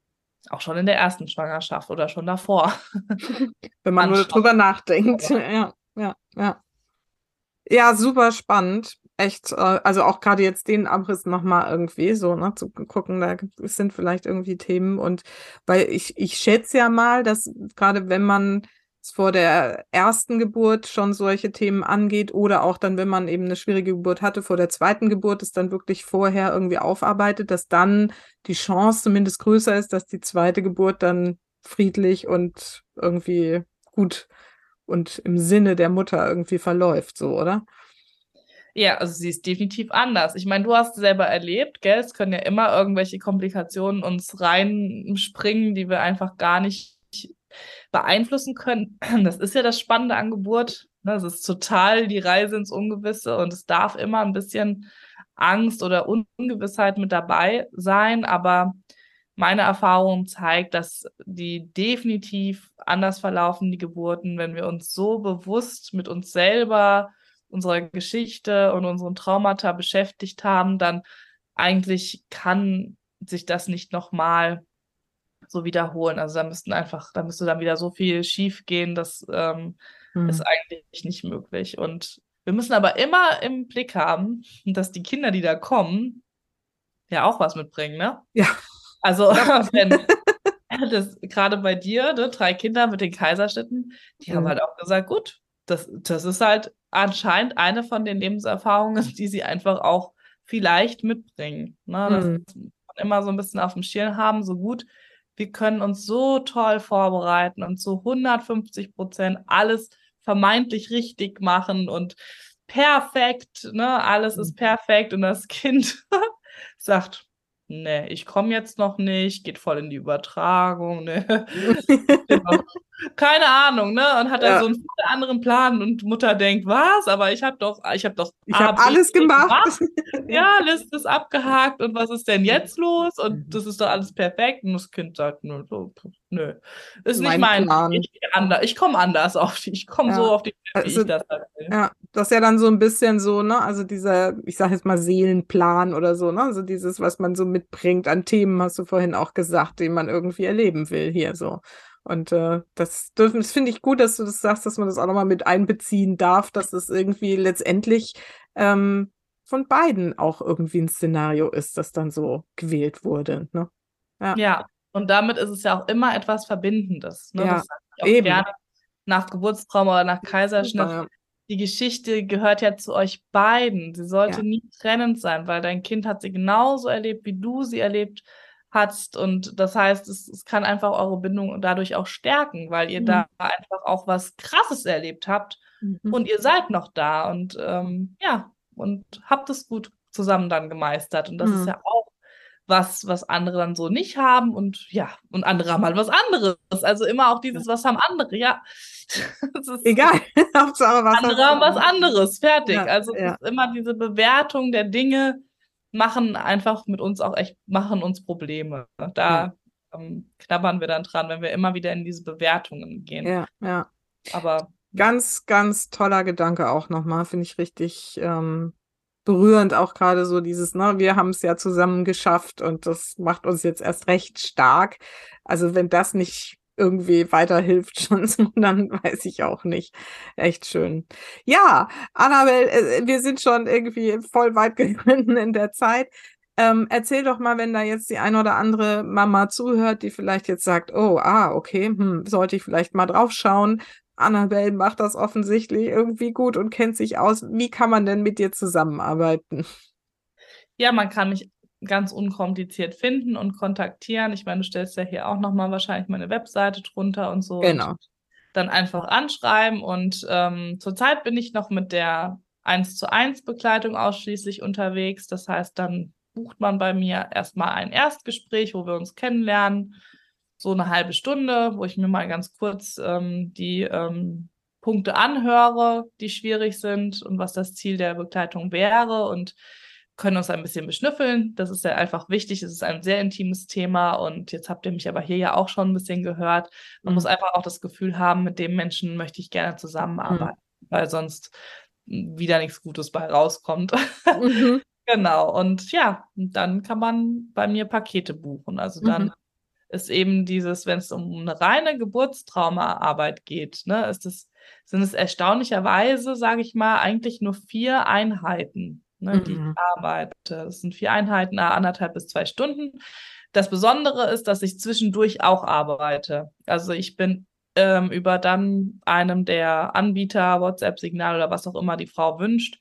in der ersten Schwangerschaft oder schon davor Wenn man nur anschauen. drüber nachdenkt. Ja, ja, ja. Ja, super spannend. Echt, also auch gerade jetzt den Abriss nochmal irgendwie so, ne, zu gucken, sind vielleicht irgendwie Themen und weil ich schätze ja mal, dass gerade wenn man es vor der ersten Geburt schon solche Themen angeht oder auch dann, wenn man eben eine schwierige Geburt hatte, vor der zweiten Geburt es dann wirklich vorher irgendwie aufarbeitet, dass dann die Chance zumindest größer ist, dass die zweite Geburt dann friedlich und irgendwie gut und im Sinne der Mutter irgendwie verläuft, so, oder? Ja, also sie ist definitiv anders. Ich meine, du hast es selber erlebt, gell? Es können ja immer irgendwelche Komplikationen uns reinspringen, die wir einfach gar nicht beeinflussen können. Das ist ja das Spannende an Geburt. Ne? Es ist total die Reise ins Ungewisse und es darf immer ein bisschen Angst oder Ungewissheit mit dabei sein, aber meine Erfahrung zeigt, dass die definitiv anders verlaufen, die Geburten, wenn wir uns so bewusst mit uns selber, unserer Geschichte und unseren Traumata beschäftigt haben, dann eigentlich kann sich das nicht nochmal so wiederholen. Also da müsste dann wieder so viel schief gehen, das ist eigentlich nicht möglich. Und wir müssen aber immer im Blick haben, dass die Kinder, die da kommen, ja auch was mitbringen, ne? Ja. Also wenn das gerade bei dir, ne, 3 Kinder mit den Kaiserschnitten, die haben halt auch gesagt, gut, das ist halt anscheinend eine von den Lebenserfahrungen, die sie einfach auch vielleicht mitbringen. Ne? Das muss man immer so ein bisschen auf dem Schirm haben, so gut. Wir können uns so toll vorbereiten und zu 150% alles vermeintlich richtig machen und perfekt, ne? Alles ist perfekt und das Kind sagt, nee, ich komme jetzt noch nicht, geht voll in die Übertragung, ne? keine Ahnung, ne? Und hat dann Ja. so einen anderen Plan und Mutter denkt, was? Aber ich habe doch Ich A, habe B, alles C gemacht. gemacht. Ja, Liste ist abgehakt und was ist denn jetzt los? Und Mhm. das ist doch alles perfekt. Und das Kind sagt, nö, nö. Ist nicht Mein mein Weg. Plan. Ich komme anders auf die, ich komme so Ja. auf die, wie Also, ich das halt will. ja, das ist ja dann so ein bisschen so, ne, also dieser, ich sage jetzt mal Seelenplan oder so, ne, also dieses, was man so mitbringt an Themen, hast du vorhin auch gesagt, den man irgendwie erleben will hier so. Und das finde ich gut, dass du das sagst, dass man das auch nochmal mit einbeziehen darf, dass das irgendwie letztendlich von beiden auch irgendwie ein Szenario ist, das dann so gewählt wurde, ne? Ja, Ja, und damit ist es ja auch immer etwas Verbindendes, ne? Das ja, sage ich auch eben. gerne nach Geburtstrauma oder nach Kaiserschnitt. Super, Die Geschichte gehört ja zu euch beiden. Sie ja. sollte nie trennend sein, weil dein Kind hat sie genauso erlebt, wie du sie erlebt hast. Und das heißt, es kann einfach eure Bindung dadurch auch stärken, weil ihr Mhm. da einfach auch was Krasses erlebt habt Mhm. und ihr seid noch da und ja, und habt es gut zusammen dann gemeistert. Und das ist Mhm. ja auch was andere dann so nicht haben und ja, und andere haben halt was anderes. Also immer auch dieses, was haben andere, ja. Das ist, Egal, Hauptsache was andere hast haben was du. anderes, fertig. Ja, Also es ja, ist immer diese Bewertung der Dinge, machen einfach mit uns auch echt, machen uns Probleme. ja, Da knabbern wir dann dran, wenn wir immer wieder in diese Bewertungen gehen. ja, ja. Aber Ganz, ganz toller Gedanke auch nochmal, finde ich richtig berührend, auch gerade so dieses, ne, wir haben es ja zusammen geschafft und das macht uns jetzt erst recht stark. Also wenn das nicht irgendwie weiterhilft schon, so, dann weiß ich auch nicht. Echt schön. Ja, Annabel, wir sind schon irgendwie voll weit gegangen in der Zeit. Erzähl doch mal, wenn da jetzt die eine oder andere Mama zuhört, die vielleicht jetzt sagt, oh, okay, sollte ich vielleicht mal drauf schauen. Annabelle macht das offensichtlich irgendwie gut und kennt sich aus. Wie kann man denn mit dir zusammenarbeiten? ja, man kann mich ganz unkompliziert finden und kontaktieren. Ich meine, du stellst ja hier auch nochmal wahrscheinlich meine Webseite drunter und so und Genau. dann einfach anschreiben. Und zurzeit bin ich noch mit der 1:1 Begleitung ausschließlich unterwegs. Das heißt, dann bucht man bei mir erstmal ein Erstgespräch, wo wir uns kennenlernen, so eine halbe Stunde, wo ich mir mal ganz kurz die Punkte anhöre, die schwierig sind und was das Ziel der Begleitung wäre und können uns ein bisschen beschnüffeln. Das ist ja einfach wichtig. Es ist ein sehr intimes Thema und jetzt habt ihr mich aber hier ja auch schon ein bisschen gehört. Man muss Mhm. einfach auch das Gefühl haben, mit dem Menschen möchte ich gerne Mhm. zusammenarbeiten, weil sonst wieder nichts Gutes bei rauskommt. Mhm. Genau. Und ja, dann kann man bei mir Pakete buchen. Also Mhm. dann ist eben dieses, wenn es um eine reine Geburtstraumaarbeit geht, ne, sind es erstaunlicherweise, sage ich mal, eigentlich nur 4 Einheiten, ne, die ich Mhm. arbeite. Das sind 4 Einheiten, 1,5 bis 2 Stunden. Das Besondere ist, dass ich zwischendurch auch arbeite. Also ich bin über dann einem der Anbieter, WhatsApp-Signal oder was auch immer die Frau wünscht,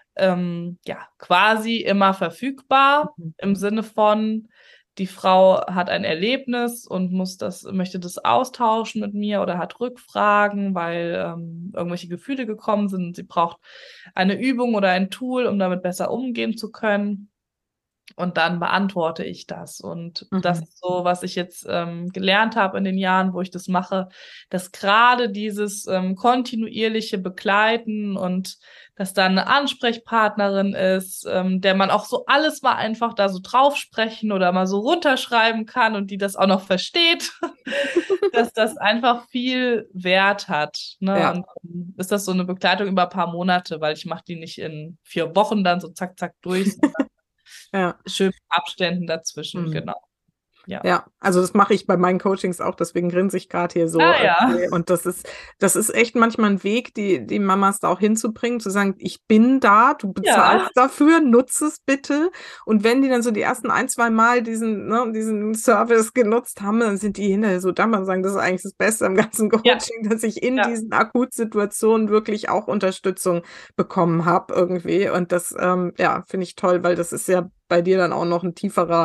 ja, quasi immer verfügbar im Sinne von, die Frau hat ein Erlebnis und möchte das austauschen mit mir oder hat Rückfragen, weil irgendwelche Gefühle gekommen sind und sie braucht eine Übung oder ein Tool, um damit besser umgehen zu können. Und dann beantworte ich das. Und das Mhm. ist so, was ich jetzt gelernt habe in den Jahren, wo ich das mache, dass gerade dieses kontinuierliche Begleiten und dass da eine Ansprechpartnerin ist, der man auch so alles mal einfach da so drauf sprechen oder mal so runterschreiben kann und die das auch noch versteht, dass das einfach viel Wert hat. Ne? Ja, Und ist das so eine Begleitung über ein paar Monate, weil ich mache die nicht in 4 Wochen dann so zack, zack durch, ja. schön Abständen dazwischen, Mhm. genau. Ja. Ja, also das mache ich bei meinen Coachings auch, deswegen grinse ich gerade hier so. Ah ja. Und das ist echt manchmal ein Weg, die Mamas da auch hinzubringen, zu sagen, ich bin da, du Ja. bezahlst dafür, nutze es bitte. Und wenn die dann so die ersten ein, zwei Mal diesen Service genutzt haben, dann sind die hinterher so dankbar und sagen, das ist eigentlich das Beste am ganzen Ja. Coaching, dass ich in Ja. diesen Akutsituationen wirklich auch Unterstützung bekommen habe irgendwie. Und das, ja, finde ich toll, weil das ist ja bei dir dann auch noch ein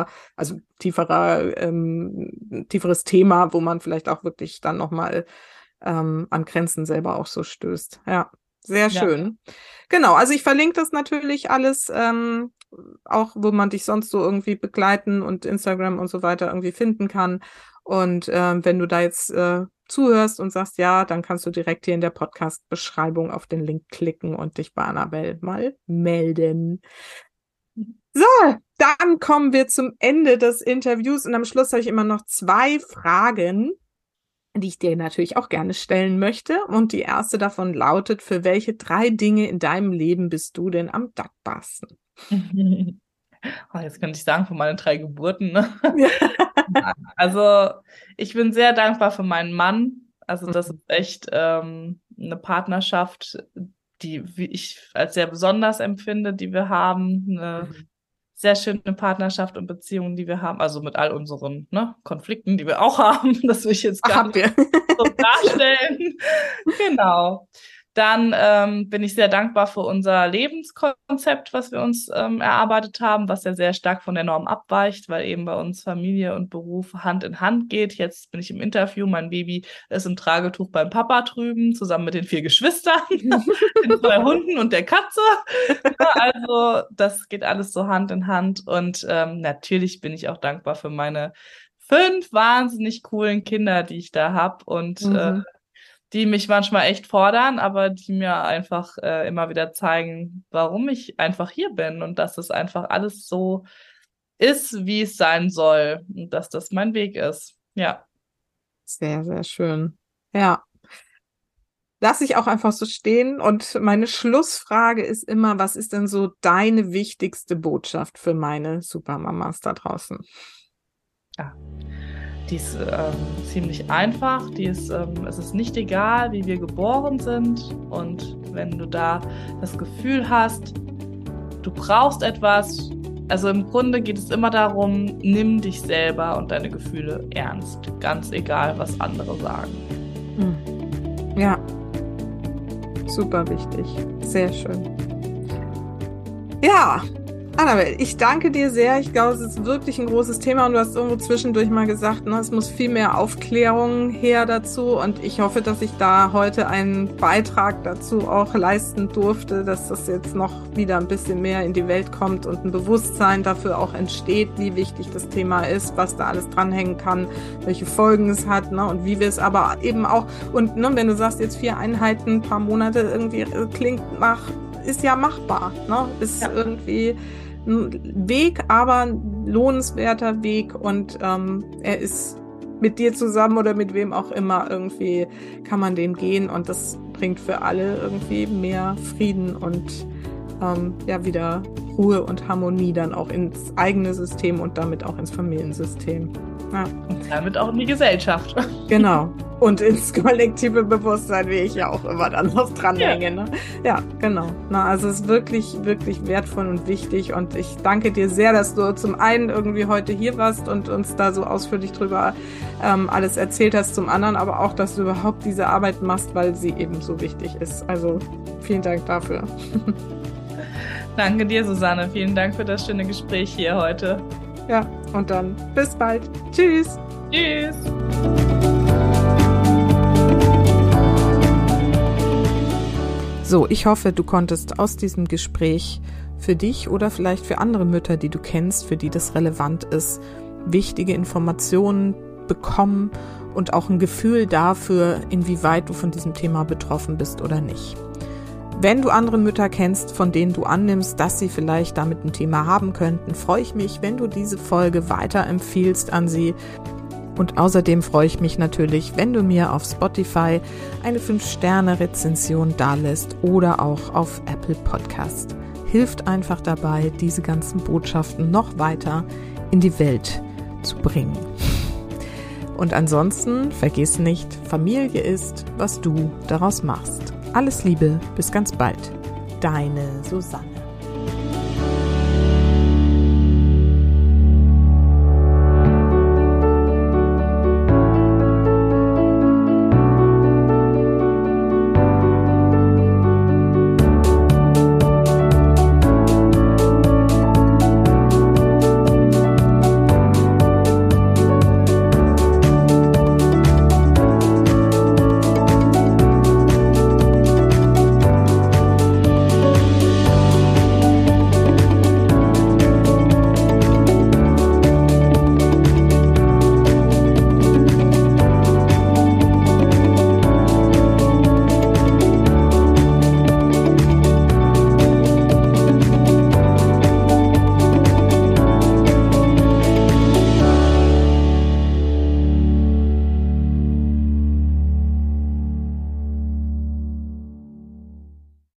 tieferes Thema, wo man vielleicht auch wirklich dann nochmal an Grenzen selber auch so stößt. Ja, sehr Ja. schön. Genau, also ich verlinke das natürlich alles, auch wo man dich sonst so irgendwie begleiten und Instagram und so weiter irgendwie finden kann. Und wenn du da jetzt zuhörst und sagst ja, dann kannst du direkt hier in der Podcast-Beschreibung auf den Link klicken und dich bei Annabelle mal melden. So, dann kommen wir zum Ende des Interviews und am Schluss habe ich immer noch 2 Fragen, die ich dir natürlich auch gerne stellen möchte. Und die erste davon lautet, für welche 3 Dinge in deinem Leben bist du denn am dankbarsten? Oh, jetzt könnte ich sagen, für meine 3 Geburten. Ne? Ja. Also ich bin sehr dankbar für meinen Mann. Also das ist echt eine Partnerschaft, die ich als sehr besonders empfinde, die wir haben. Eine sehr schöne Partnerschaft und Beziehungen, die wir haben. Also mit all unseren Konflikten, die wir auch haben. Das will ich jetzt gar nicht so darstellen. Genau. Dann bin ich sehr dankbar für unser Lebenskonzept, was wir uns erarbeitet haben, was ja sehr stark von der Norm abweicht, weil eben bei uns Familie und Beruf Hand in Hand geht. Jetzt bin ich im Interview, mein Baby ist im Tragetuch beim Papa drüben, zusammen mit den 4 Geschwistern, den 2 Hunden und der Katze. Also das geht alles so Hand in Hand. Und natürlich bin ich auch dankbar für meine 5 wahnsinnig coolen Kinder, die ich da habe und die mich manchmal echt fordern, aber die mir einfach immer wieder zeigen, warum ich einfach hier bin und dass es einfach alles so ist, wie es sein soll und dass das mein Weg ist. Ja. Sehr, sehr schön. Ja. Lass ich auch einfach so stehen und meine Schlussfrage ist immer, was ist denn so deine wichtigste Botschaft für meine Supermamas da draußen? Ja. Die ist ziemlich einfach. Es ist nicht egal, wie wir geboren sind. Und wenn du da das Gefühl hast, du brauchst etwas, also im Grunde geht es immer darum, nimm dich selber und deine Gefühle ernst. Ganz egal, was andere sagen. Ja, super wichtig. Sehr schön. Ja, Annabelle, ich danke dir sehr. Ich glaube, es ist wirklich ein großes Thema und du hast irgendwo zwischendurch mal gesagt, ne, es muss viel mehr Aufklärung her dazu und ich hoffe, dass ich da heute einen Beitrag dazu auch leisten durfte, dass das jetzt noch wieder ein bisschen mehr in die Welt kommt und ein Bewusstsein dafür auch entsteht, wie wichtig das Thema ist, was da alles dranhängen kann, welche Folgen es hat, ne, und wie wir es aber eben auch, und ne, wenn du sagst jetzt 4 Einheiten, ein paar Monate, irgendwie ist ja machbar, ne, ist irgendwie ein Weg, aber ein lohnenswerter Weg und er ist mit dir zusammen oder mit wem auch immer, irgendwie kann man den gehen und das bringt für alle irgendwie mehr Frieden und wieder Ruhe und Harmonie dann auch ins eigene System und damit auch ins Familiensystem. Ja. Und damit auch in die Gesellschaft. Genau. Und ins kollektive Bewusstsein, wie ich ja auch immer dann noch dranhänge. Ja. Ne? Ja, genau. Also es ist wirklich, wirklich wertvoll und wichtig und ich danke dir sehr, dass du zum einen irgendwie heute hier warst und uns da so ausführlich drüber alles erzählt hast, zum anderen aber auch, dass du überhaupt diese Arbeit machst, weil sie eben so wichtig ist. Also vielen Dank dafür. Danke dir, Susanne. Vielen Dank für das schöne Gespräch hier heute. Ja, und dann bis bald. Tschüss. Tschüss. So, ich hoffe, du konntest aus diesem Gespräch für dich oder vielleicht für andere Mütter, die du kennst, für die das relevant ist, wichtige Informationen bekommen und auch ein Gefühl dafür, inwieweit du von diesem Thema betroffen bist oder nicht. Wenn du andere Mütter kennst, von denen du annimmst, dass sie vielleicht damit ein Thema haben könnten, freue ich mich, wenn du diese Folge weiterempfiehlst an sie. Und außerdem freue ich mich natürlich, wenn du mir auf Spotify eine 5-Sterne-Rezension dalässt oder auch auf Apple Podcast. Hilft einfach dabei, diese ganzen Botschaften noch weiter in die Welt zu bringen. Und ansonsten vergiss nicht, Familie ist, was du daraus machst. Alles Liebe, bis ganz bald. Deine Susanne.